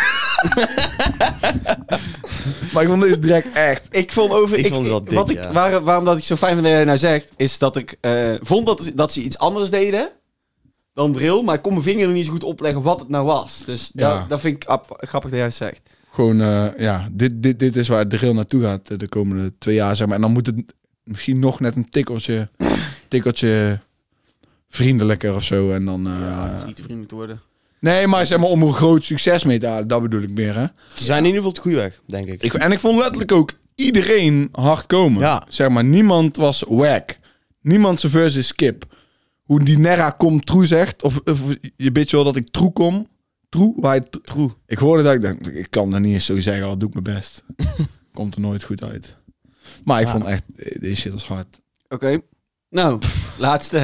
Maar ik vond deze track echt... Ik vond het wel dik, waarom dat ik zo fijn vind dat jij nou zegt, is dat ik vond dat ze iets anders deden dan drill, maar ik kon mijn vinger nog niet zo goed opleggen wat het nou was. Dus dat vind ik grappig dat jij het zegt. Gewoon, dit is waar de drill naartoe gaat de komende 2 jaar, zeg maar. En dan moet het misschien nog net een tikkeltje vriendelijker of zo. En dan... niet te vriendelijk te worden. Nee, maar zeg maar om een groot succes mee te halen, dat bedoel ik meer, hè. Ze zijn in ieder geval op de goede weg, denk ik. En ik vond letterlijk ook iedereen hard komen. Ja. Zeg maar, niemand was wack. Niemand zijn verse is skip. Hoe die Nera komt true zegt, of je weet wel dat ik true kom. True. Ik hoorde dat, ik dacht, ik kan dat niet eens zo zeggen, al doe ik mijn best. Komt er nooit goed uit. Maar ik vond echt, deze shit was hard. Oké. Nou, laatste.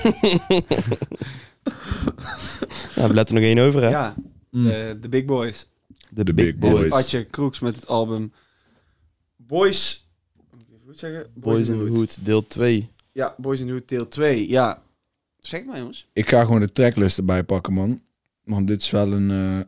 We letten nog 1 over, hè? Ja, de Big Boys. De Big Boys. Atje Kroeks met het album Boys... Moet ik even goed zeggen? Boys in the Hood, deel 2. Ja, Boys in the Hood, deel 2. Ja. Zeg maar, jongens. Ik ga gewoon de tracklist erbij pakken, man. Want dit is wel een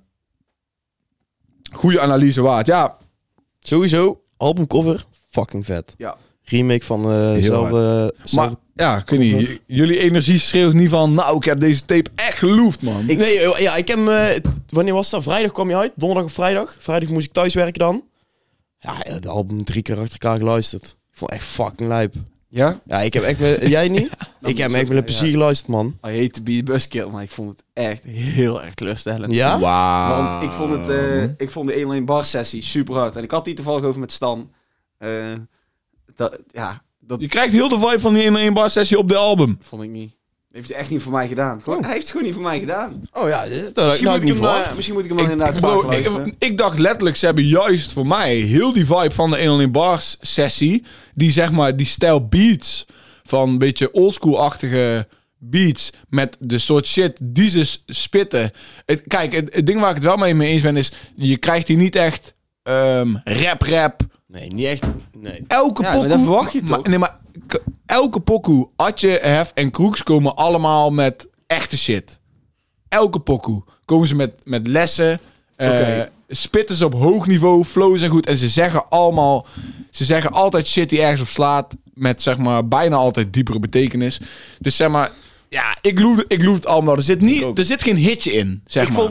goede analyse waard. Ja. Sowieso, albumcover, fucking vet. Ja. Remake van Maar ja, ik weet niet. Jullie energie schreeuwt niet van... Nou, ik heb deze tape echt geloofd, man. Ik heb wanneer was dat? Vrijdag kwam je uit. Donderdag of vrijdag. Vrijdag moest ik thuis werken dan. Ja, de album 3 keer achter elkaar geluisterd. Ik vond echt fucking lijp. Ja? Ja, ik heb echt... Jij niet? Ik heb echt met plezier geluisterd, man. I hate to be a buskill, maar ik vond het echt heel erg teleurstellend. Ja? Wauw. Want ik vond de 1 alleen bar sessie super hard. En ik had die toevallig over met Stan. Je krijgt heel de vibe van die 1 bar sessie op de album. Vond ik niet. Heeft hij echt niet voor mij gedaan. Hij heeft het gewoon niet voor mij gedaan. Oh ja, dat had ik niet verwacht. Misschien moet ik hem dan inderdaad vaak luisteren. Ik dacht letterlijk, ze hebben juist voor mij heel die vibe van de 1 bars sessie. Die zeg maar, die stijl beats van een beetje oldschool-achtige beats met de soort shit die ze spitten. Het ding waar ik het wel mee eens ben is, je krijgt hier niet echt rap. Nee, niet echt. Nee. Elke pokoe... Maar dat verwacht je toch? Maar elke pokoe, Atje, Hef en Kroeks komen allemaal met echte shit. Elke pokoe. Komen ze met lessen, spitten ze op hoog niveau, flows zijn goed. En ze zeggen altijd shit die ergens op slaat. Met zeg maar bijna altijd diepere betekenis. Dus zeg maar, ja, ik loef het allemaal. Er zit geen hitje in, zeg maar.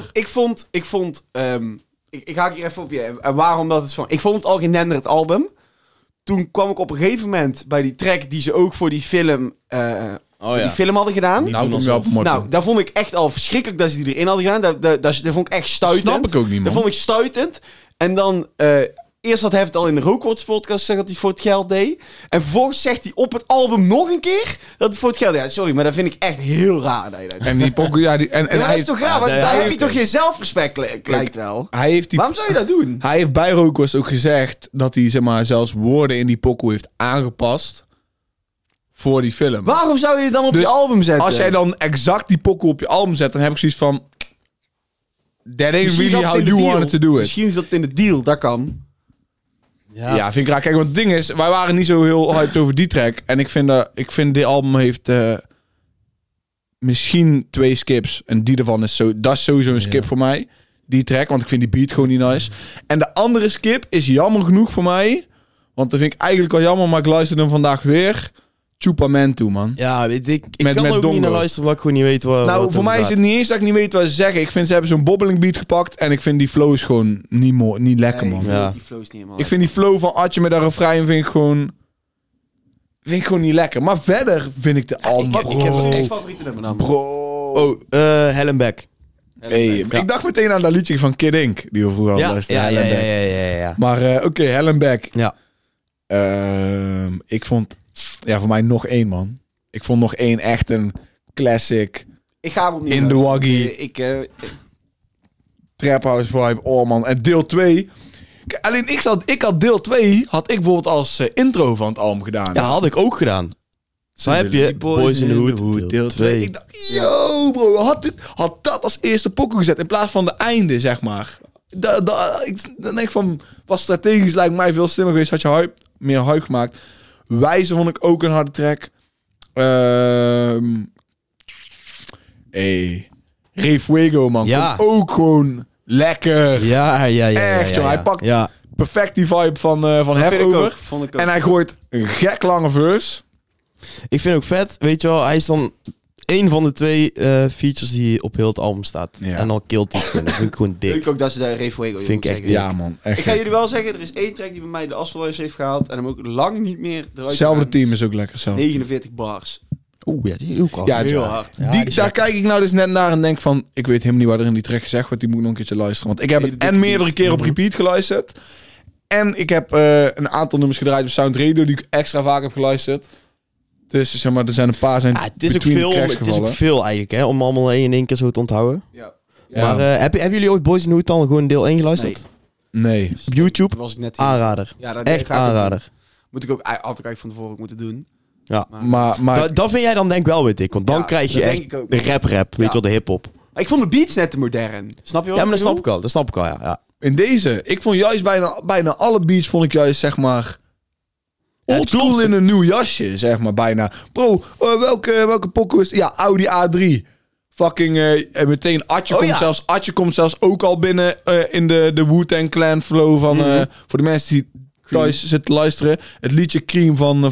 Ik haak hier even op je. En waarom dat het van... Ik vond het al geen nenderend album. Toen kwam ik op een gegeven moment bij die track die ze ook voor die film... die film hadden gedaan. Daar vond ik echt al verschrikkelijk dat ze die erin hadden gedaan. Dat vond ik echt stuitend. Snap ik ook niet, man. Dat vond ik stuitend. En dan... Eerst had hij het al in de Rookwords podcast gezegd dat hij voor het geld deed. En vervolgens zegt hij op het album nog een keer dat het voor het geld deed. Ja, sorry, maar dat vind ik echt heel raar. En die pokoe, ja... dat is toch raar? Want daar heb je toch geen zelfrespect, lijkt wel. Waarom zou je dat doen? Hij heeft bij Rookwords ook gezegd dat hij zeg maar zelfs woorden in die pokoe heeft aangepast voor die film. Waarom zou je het dan op je album zetten? Als jij dan exact die pokoe op je album zet, dan heb ik zoiets van... That ain't really how you wanted to do it. Misschien is dat in de deal, dat kan. Ja, vind ik raar. Kijk, want het ding is, wij waren niet zo heel hyped over die track. En ik vind dit album heeft misschien 2 skips. En die ervan is dat is sowieso een skip voor mij. Die track, want ik vind die beat gewoon niet nice. En de andere skip is jammer genoeg voor mij. Want dat vind ik eigenlijk wel jammer, maar ik luisterde hem vandaag weer. Chupamento, man. Ja, weet ik Met kan ook Dongo. niet naar luisteren, omdat ik gewoon niet weet waar. Nou, wat voor mij is het niet eens dat ik niet weet wat ze zeggen. Ik vind ze hebben zo'n bobbeling beat gepakt. En ik vind die flow is gewoon niet mooi, niet lekker, man. Ja. Die flow is niet helemaal... Ik vind die flow van Atje met dat refrein vind ik gewoon niet lekker. Maar verder vind ik de album... Ik heb een favoriete nummer dan. Bro. Oh, Hellenbeck. Hey, ik dacht meteen aan dat liedje van Kid Ink. Die we vroeger hadden luisteren. Ja. Maar oké, Hellenbeck. Ja. Ik vond... Ja, voor mij nog 1, man. Ik vond nog 1 echt een classic. Ik ga hem opnieuw In the luisteren. Waggy. Trap House vibe. Oh, man. En deel 2... Alleen ik had deel 2... Had ik bijvoorbeeld als intro van het album gedaan. Ja, had ik ook gedaan. Zo heb je Boys in the Hood deel 2. Ik dacht, yo bro, had dat als eerste pokoe gezet in plaats van de einde, zeg maar. Dan denk ik van, was strategisch lijkt mij veel slimmer geweest, had je meer hype gemaakt. Wijze vond ik ook een harde track. Re Fuego, man. Ja. Vond ik ook gewoon lekker. Ja. Echt, joh. Hij pakt perfect die vibe van Hef Vind ik over. ook, vond ik ook. En hij gooit een gek lange verse. Ik vind ook vet, weet je wel, hij is dan 1 van de 2 features die op heel het album staat. Ja. En dan killt hij het gewoon. Dat vind ik gewoon dik. Ik ook dat ze daar Re Fuego Vind ik echt zeggen. Ja, man. Echt Ik ga gek. jullie wel zeggen, er is 1 track die bij mij de Astro's heeft gehaald. En hem ook lang niet meer eruit Hetzelfde gegaan. team is ook lekker. Zelf. 49 bars. Oeh, ja, die ook al. Ja, Heel ja. hard. Ja, Die, die is daar lekker. kijk ik nou dus net naar en denk van... Ik weet helemaal niet wat er in die track gezegd wordt. Die moet ik nog een keertje luisteren. Want ik heb Hele het dikke en meerdere beat. keren op repeat geluisterd. En ik heb een aantal nummers gedraaid op Sound Radio... die ik extra vaak heb geluisterd. Dus zeg maar, er zijn een paar zijn Ja, het is ook between the veel, cracks het is gevallen. ook veel eigenlijk, hè, om allemaal in één keer zo te onthouden. Ja. Ja. Maar hebben jullie ooit Boys in the Hood dan gewoon deel 1 geluisterd? Nee. Op YouTube? Was ik net Aanrader. Ja, dat Echt ga ik ook aanrader. doen. Moet ik ook had ik eigenlijk van tevoren ook moeten doen. Ja. Maar Dat vind jij dan denk ik wel, weet ik. Want dan Ja, krijg je dat echt denk ik ook. de rap, weet je wel, de hip-hop. Maar ik vond de beats net te modern. Snap je wat Ja, maar dat bedoel? snap ik al, ja. in deze... Ik vond juist bijna alle beats... vond ik juist, zeg maar... Ja, het oldschool klopt. in een nieuw jasje, zeg maar, bijna. Bro, welke pokoe is... Ja, Audi A3. Fucking meteen Atje komt zelfs ook al binnen in de Wu-Tang Clan flow van... voor de mensen die thuis zitten te luisteren. Het liedje Cream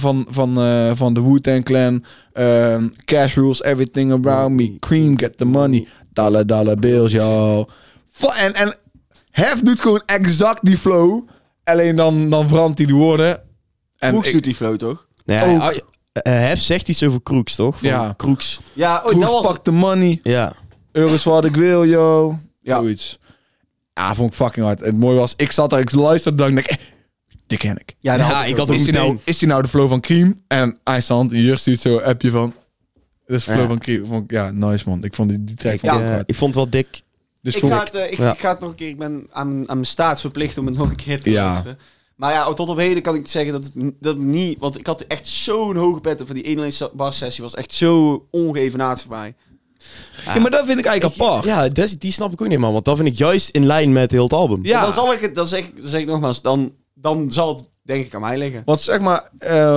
van de Wu-Tang Clan. Cash rules everything around me. Cream, get the money. Dollar bills, y'all. En Hef doet gewoon exact die flow. Alleen dan verandert hij de woorden. En Kroeks doet die flow toch? Nee, Ook. Hef zegt iets over Kroeks, toch? Van Ja. Kroeks. Ja, Kroes dat was... pakt de money. Ja. Euro is wat ik wil, yo. Ja. Zoiets. Ja, vond ik fucking hard. Het mooie was, ik zat daar, ik luisterde, dacht ik, dit ken ik. Ja, Ja, ik had ook Is die nou de flow van Cream? En IJsland, hier stuurt zo een appje van. Dit is de flow Ja. van Cream. Vond ik, ja, nice man. Ik vond die track Ik, vond ik hard. ik vond het wel dik. Dus Ik vond ga, ik, het, Ja. ik ga het nog een keer... Ik ben aan mijn staat verplicht om het nog een keer te Ja. luisteren. Maar ja, tot op heden kan ik zeggen dat niet... Want ik had echt zo'n hoge pet van die ene bar sessie. Was echt zo ongeëvenaard voor mij. ja, maar dat vind ik eigenlijk apart. Ja, die snap ik ook niet, man. Want dat vind ik juist in lijn met heel het album. Ja. Dan zal ik het... Dan zeg ik nogmaals... Dan zal het denk ik aan mij liggen. Want zeg maar,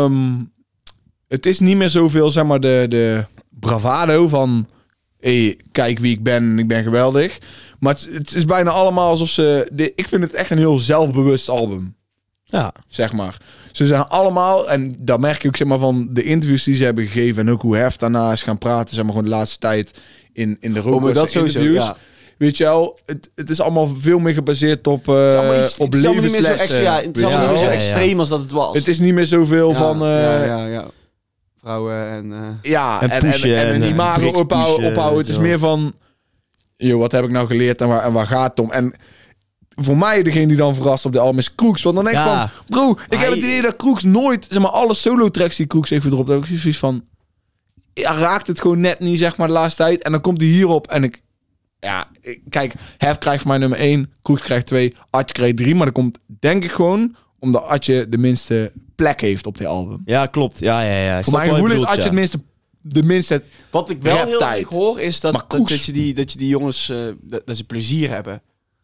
het is niet meer zoveel, zeg maar, de bravado van... Hey, kijk wie ik ben geweldig. Maar het is bijna allemaal alsof ze... ik vind het echt een heel zelfbewust album. Ja. Zeg maar. Ze zijn allemaal... En dat merk je ook, zeg maar, van de interviews die ze hebben gegeven... En ook hoe Hef daarna is gaan praten, zeg maar, gewoon de laatste tijd... In de maar Rookers dat sowieso, interviews. ja. Weet je wel, het is allemaal veel meer gebaseerd op Het is allemaal iets- op het is allemaal niet meer zo levenslessen. extra- het is weet je allemaal niet meer wel. zo extreem als dat het was. Het is niet meer zoveel van... ja. Vrouwen en... Ja, En pushen en en, die magen bricks pushen, ophouden. Het is zo. meer van... Yo, wat heb ik nou geleerd en waar gaat het om? En voor mij, degene die dan verrast op de album is Kroeks. Want dan denk ik Ja. van... Bro, ik heb het idee dat Kroeks nooit... Zeg maar, alle solo-tracks die Kroeks heeft gedropt... heb ik zoiets van... Ja, raakt het gewoon net niet, zeg maar, de laatste tijd. En dan komt hij hierop en ik... Ja, kijk, Hef krijgt voor mij nummer 1. Kroeks krijgt 2. Atje krijgt 3. Maar dat komt, denk ik gewoon... Omdat Atje de minste plek heeft op dit album. Ja, klopt. Ja. Ik Voor snap mij wat je gevoel is bedoelt, Atje ja. de minste... Wat ik wel heel Raptijd. erg hoor, is Maar dat Kroes. je die jongens... dat ze plezier hebben.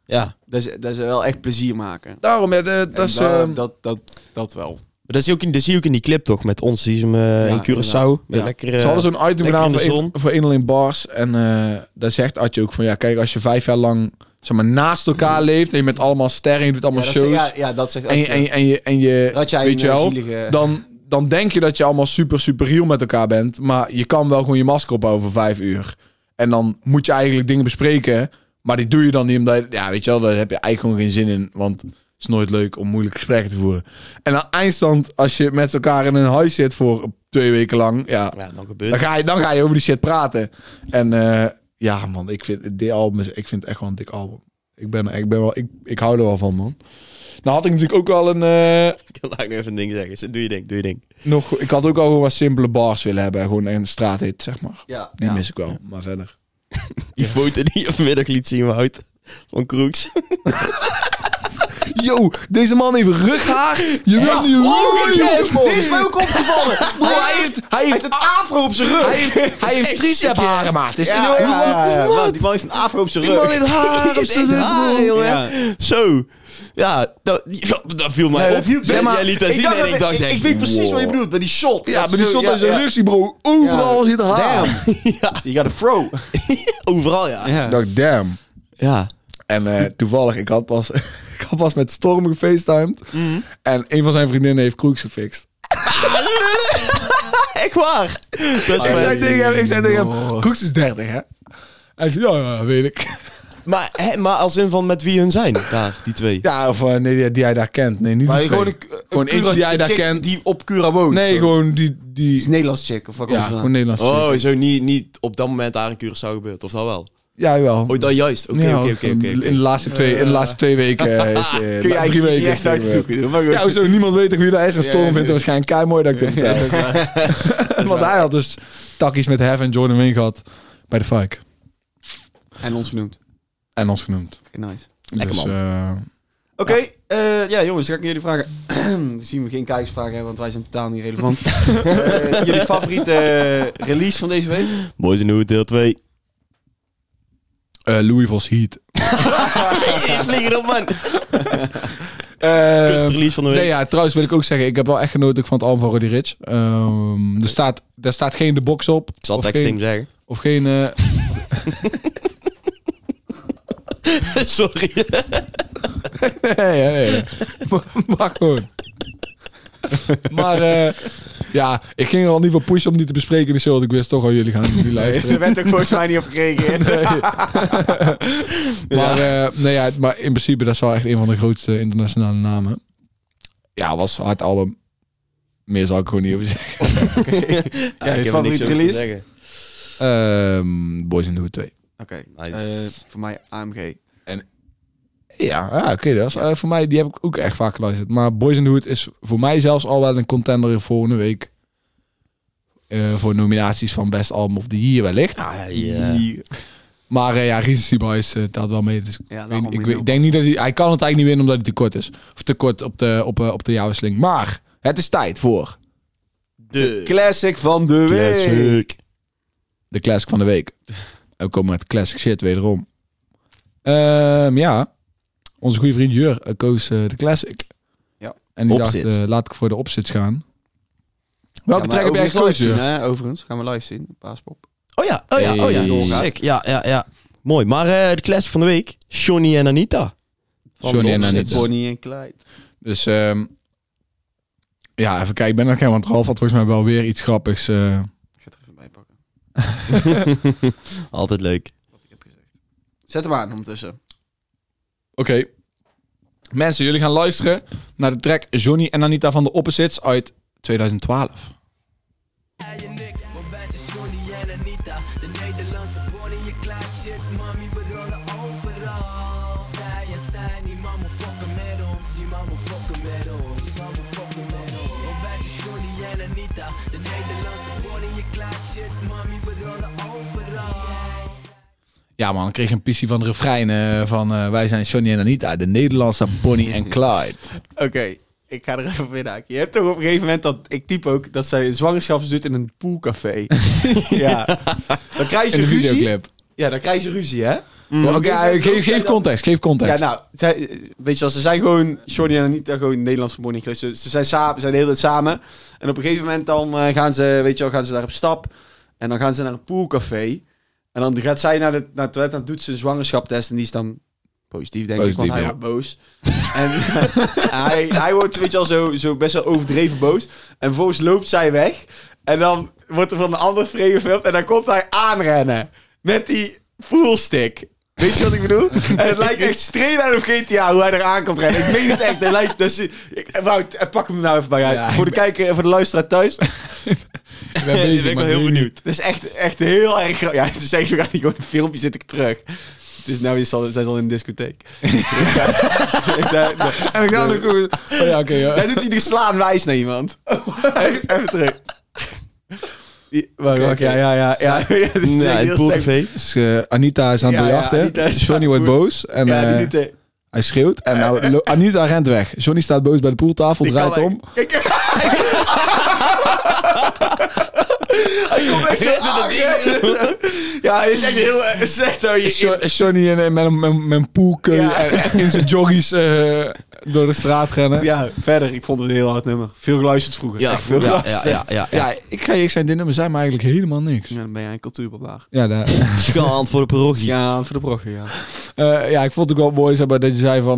Ja. Dat is wel echt plezier maken. Daarom, dat is... Dat wel. Maar dat zie je ook in die clip toch, met ons, die ze in Curaçao. inderdaad. Met Ja. lekker, Ze hadden zo'n item lekker gedaan in de zon. voor 101 bars. En daar zegt Atje ook van... Ja, kijk, als je 5 jaar lang zeg maar, naast elkaar leeft... en je bent allemaal sterren en je doet allemaal shows... Dat zegt en je had jij weet je een wel, zielige... dan denk je dat je allemaal super real met elkaar bent. Maar je kan wel gewoon je masker ophouden voor 5 uur. En dan moet je eigenlijk dingen bespreken... Maar die doe je dan niet, omdat... Ja, weet je wel, daar heb je eigenlijk gewoon geen zin in. Want het is nooit leuk om moeilijke gesprekken te voeren. En aan eindstand, als je met elkaar in een huis zit voor 2 weken lang... Ja, dan gebeurt dan ga je over die shit praten. En ja, man, ik vind het echt wel een dik album. Ik hou er wel van, man. Nou had ik natuurlijk ook wel een... Ik wil eigenlijk even een ding zeggen. Doe je ding. Ik had ook al gewoon wat simpele bars willen hebben. Gewoon een straathit, zeg maar. Ja. Die mis ik wel, maar verder. Die foto die je vanmiddag liet zien, Wout. Van Kroeks. Yo, deze man heeft rughaar. Je weet niet hoe... Dit is mij ook opgevallen. Hij heeft een afro op zijn rug. Hij heeft tricep haren, maat. Die Die man heeft een afro op zijn rug. man heeft haar op zijn rug, jongen. Ja. Zo. Ja, dat viel mij op. Zeg maar, Jij liet dat zien en ik dacht... Ik weet precies wat je bedoelt, bij die shot. Ja, maar die stond in zijn rug, bro. Overal zit haar. Damn. Die gaat een fro. Overal, ja. Ik dacht, damn. Ja. En toevallig, ik had pas met Storm gefacetimed. En een van zijn vriendinnen heeft Kroeks gefixt. Echt waar. Ik zei tegen hem, Kroeks is 30, hè? Hij zei, ja, weet ik. Maar als in van met wie hun zijn, daar, die twee. Ja, of nee, die hij daar kent. Nee, niet Maar die gewoon twee. een Gewoon eentje die jij daar chick kent. die op Cura woont. Nee, gewoon die... is een Nederlands chick. Of wat Ja, gewoon Nederlands. Oh, zo niet op dat moment daar in Curaçao gebeurd, of dat wel? Ja, wel. Oh, dat juist. Oké. In de laatste 2 weken is... Kun je 3 weken niet is echt uit de het doeken doen. Maar goed. Ja, hoezo? Niemand weet ook wie dat is. En Storm Ja, vindt het waarschijnlijk kei mooi dat ik dit vertel. Want hij had dus takkies met Hef en Jordan Wayne gehad bij de Fike. En ons genoemd. En ons genoemd. Okay, nice. Lekker Dus, man. Oké, ja jongens, dan ga ik jullie vragen. We zien we geen kijkersvragen hebben, want wij zijn totaal niet relevant. Jullie favoriete release van deze week? Boys in the Hood, deel 2. Louis Vos Heat. Vliegen op, man. Kustrelease van de week. Nee, ja, trouwens wil ik ook zeggen, ik heb wel echt genoten ook van het album van Roddy Ricch. Er staat geen de box op. Ik zal het of extreem geen, zeggen. Of geen... Sorry. nee. Maar gewoon. Maar ja, ik ging er al niet voor pushen om die te bespreken in de show. Want ik wist toch al, jullie gaan niet luisteren. Er werd ook volgens mij niet op gereageerd. Maar in principe, dat is wel echt een van de grootste internationale namen. Ja, was een hard album. Meer zal ik gewoon niet over zeggen. Ja, ik heb er niks over te zeggen. Boys in the Hood 2. Oké, Nice. voor mij AMG. Ja, oké, dat is voor mij, die heb ik ook echt vaak geluisterd. Maar Boys in the Hood is voor mij zelfs al wel een contender volgende week. Voor nominaties van Best Album of the Year wellicht. Maar ja, Recency Boys telt wel mee. Dus Ja, ik denk niet dat hij kan het eigenlijk niet winnen omdat hij te kort is. Of te kort op de jaarwisseling. Maar het is tijd voor De classic van de week. de classic van de week. En we komen met classic shit wederom. Ja, onze goede vriend Jur koos de classic. Ja. En die Opzit. dacht, laat ik voor de opzits gaan. Welke track heb jij gekozen? Overigens, gaan we live zien. Paaspop. Oh ja. Hey. Sick. Ja. Mooi. Maar de classic van de week. Johnny en Anita. Van Johnny de en Opzits. Anita. Bonnie en Clyde. Dus ja, even kijken. Ik ben er geen, want Ralf had volgens mij wel weer iets grappigs. Ik ga het er even bij pakken. Altijd leuk. Wat ik heb gezegd. Zet hem aan ondertussen. Oké. Mensen, jullie gaan luisteren naar de track Johnny en Anita van de Opposites uit 2012. Hij en ik, maar wij zijn Johnny en Anita. De Nederlandse Bonnie en Clyde shit, mami, we rollen overal. Zij, die mama fokken met ons, die mama fokken met ons, die mama fokken met ons. Maar wij zijn Johnny en Anita. De Nederlandse Bonnie en Clyde shit, mami, we rollen overal. Ja man, ik kreeg een pissie van de refrein van wij zijn Johnny en Anita, de Nederlandse Bonnie en Clyde. Oké, ik ga er even op inhaken. Je hebt toch op een gegeven moment dat, ik typ ook, dat zij een zwangerschapsdut in een poolcafé. Ja. Dan krijg je In de ruzie. videoclip. Ja, dan krijg je ruzie, hè? Oké, geef context. Ja, nou, weet je wel, ze zijn gewoon, Johnny en Anita, gewoon Nederlands verbonden in Gelus. Ze zijn samen, ze zijn de hele tijd samen. En op een gegeven moment dan gaan ze daar op stap. En dan gaan ze naar een poolcafé. En dan gaat zij naar het toilet en dan doet ze een zwangerschapstest. En die is dan positief, denk ik, want hij wordt boos. En hij wordt, weet je wel, zo best wel overdreven boos. En vervolgens loopt zij weg. En dan wordt er van een ander frame gefilmd. En dan komt hij aanrennen. Met die poolstick. Weet je wat ik bedoel? En het lijkt echt straight out of GTA hoe hij eraan komt rennen. Ik meen het echt. Hij lijkt, Wout, pak hem nou even bij uit. Voor de luisteraar thuis. Ik ben wel heel benieuwd. Het is echt heel erg... Ja, het is echt zo gewoon een filmpje zit ik terug. Dus nou zij zal in de discotheek. En ik ga ook... Oh ja, oké. Hij doet hij die slaan wijs naar iemand. Even terug. Ja. Het poolcafé. Dus, Anita is aan het bejachten. Johnny wordt boos. En hij schreeuwt. En nou, Anita rent weg. Johnny staat boos bij de pooltafel, draait om. Hij komt echt zo ja, hij is echt heel slecht. Johnny met een poolkeu in zijn joggies door de straat rennen. Ja, verder. Ik vond het een heel hard nummer. Veel geluisterd vroeger. Ja, veel geluisterd. Ja, ik ga je zijn, dit nummer zijn me eigenlijk helemaal niks. Ja, dan ben jij een cultuurbarbaar. Ja, Schaand voor de parochie. Ja, voor de brochen, ja. Ja, ik vond het ook wel mooi, zeg maar, dat je zei van...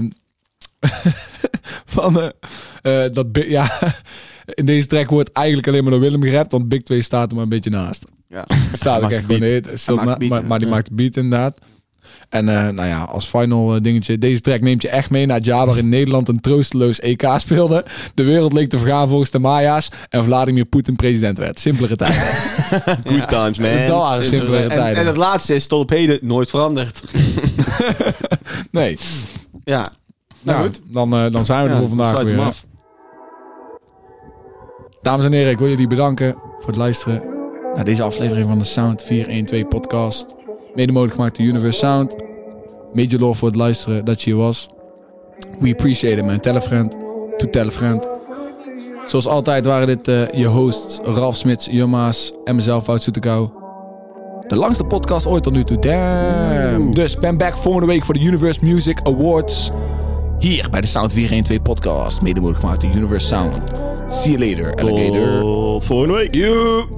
in deze track wordt eigenlijk alleen maar door Willem gerapt, want Big 2 staat er maar een beetje naast. Ja. Staat ook echt gewoon maar die maakt de beat inderdaad. En nou ja, als final dingetje, deze track neemt je echt mee naar het jaar waarin Nederland een troosteloos EK speelde. De wereld leek te vergaan volgens de Maya's en Vladimir Poetin president werd. Simpelere tijden. Good times, man. Dat waren simpelere tijden. En het laatste is tot op heden nooit veranderd. Nee. Ja. Nou goed, dan zijn we er voor vandaag weer. Af. Dames en heren, ik wil jullie bedanken voor het luisteren naar deze aflevering van de Sound 412 podcast. Mede mogelijk gemaakt door Universe Sound. Major love voor het luisteren dat je hier was. We appreciate it, man. Tell a friend. To tell a friend. Zoals altijd waren dit je hosts Ralf Smits, Jumma's en mezelf, Wout Soetekau. De langste podcast ooit tot nu toe. Damn. Dus ben back volgende week voor de Universe Music Awards. Hier bij de Sound 412 podcast. Mede mogelijk gemaakt door Universe Sound. See you later, alligator. Tot volgende week. You.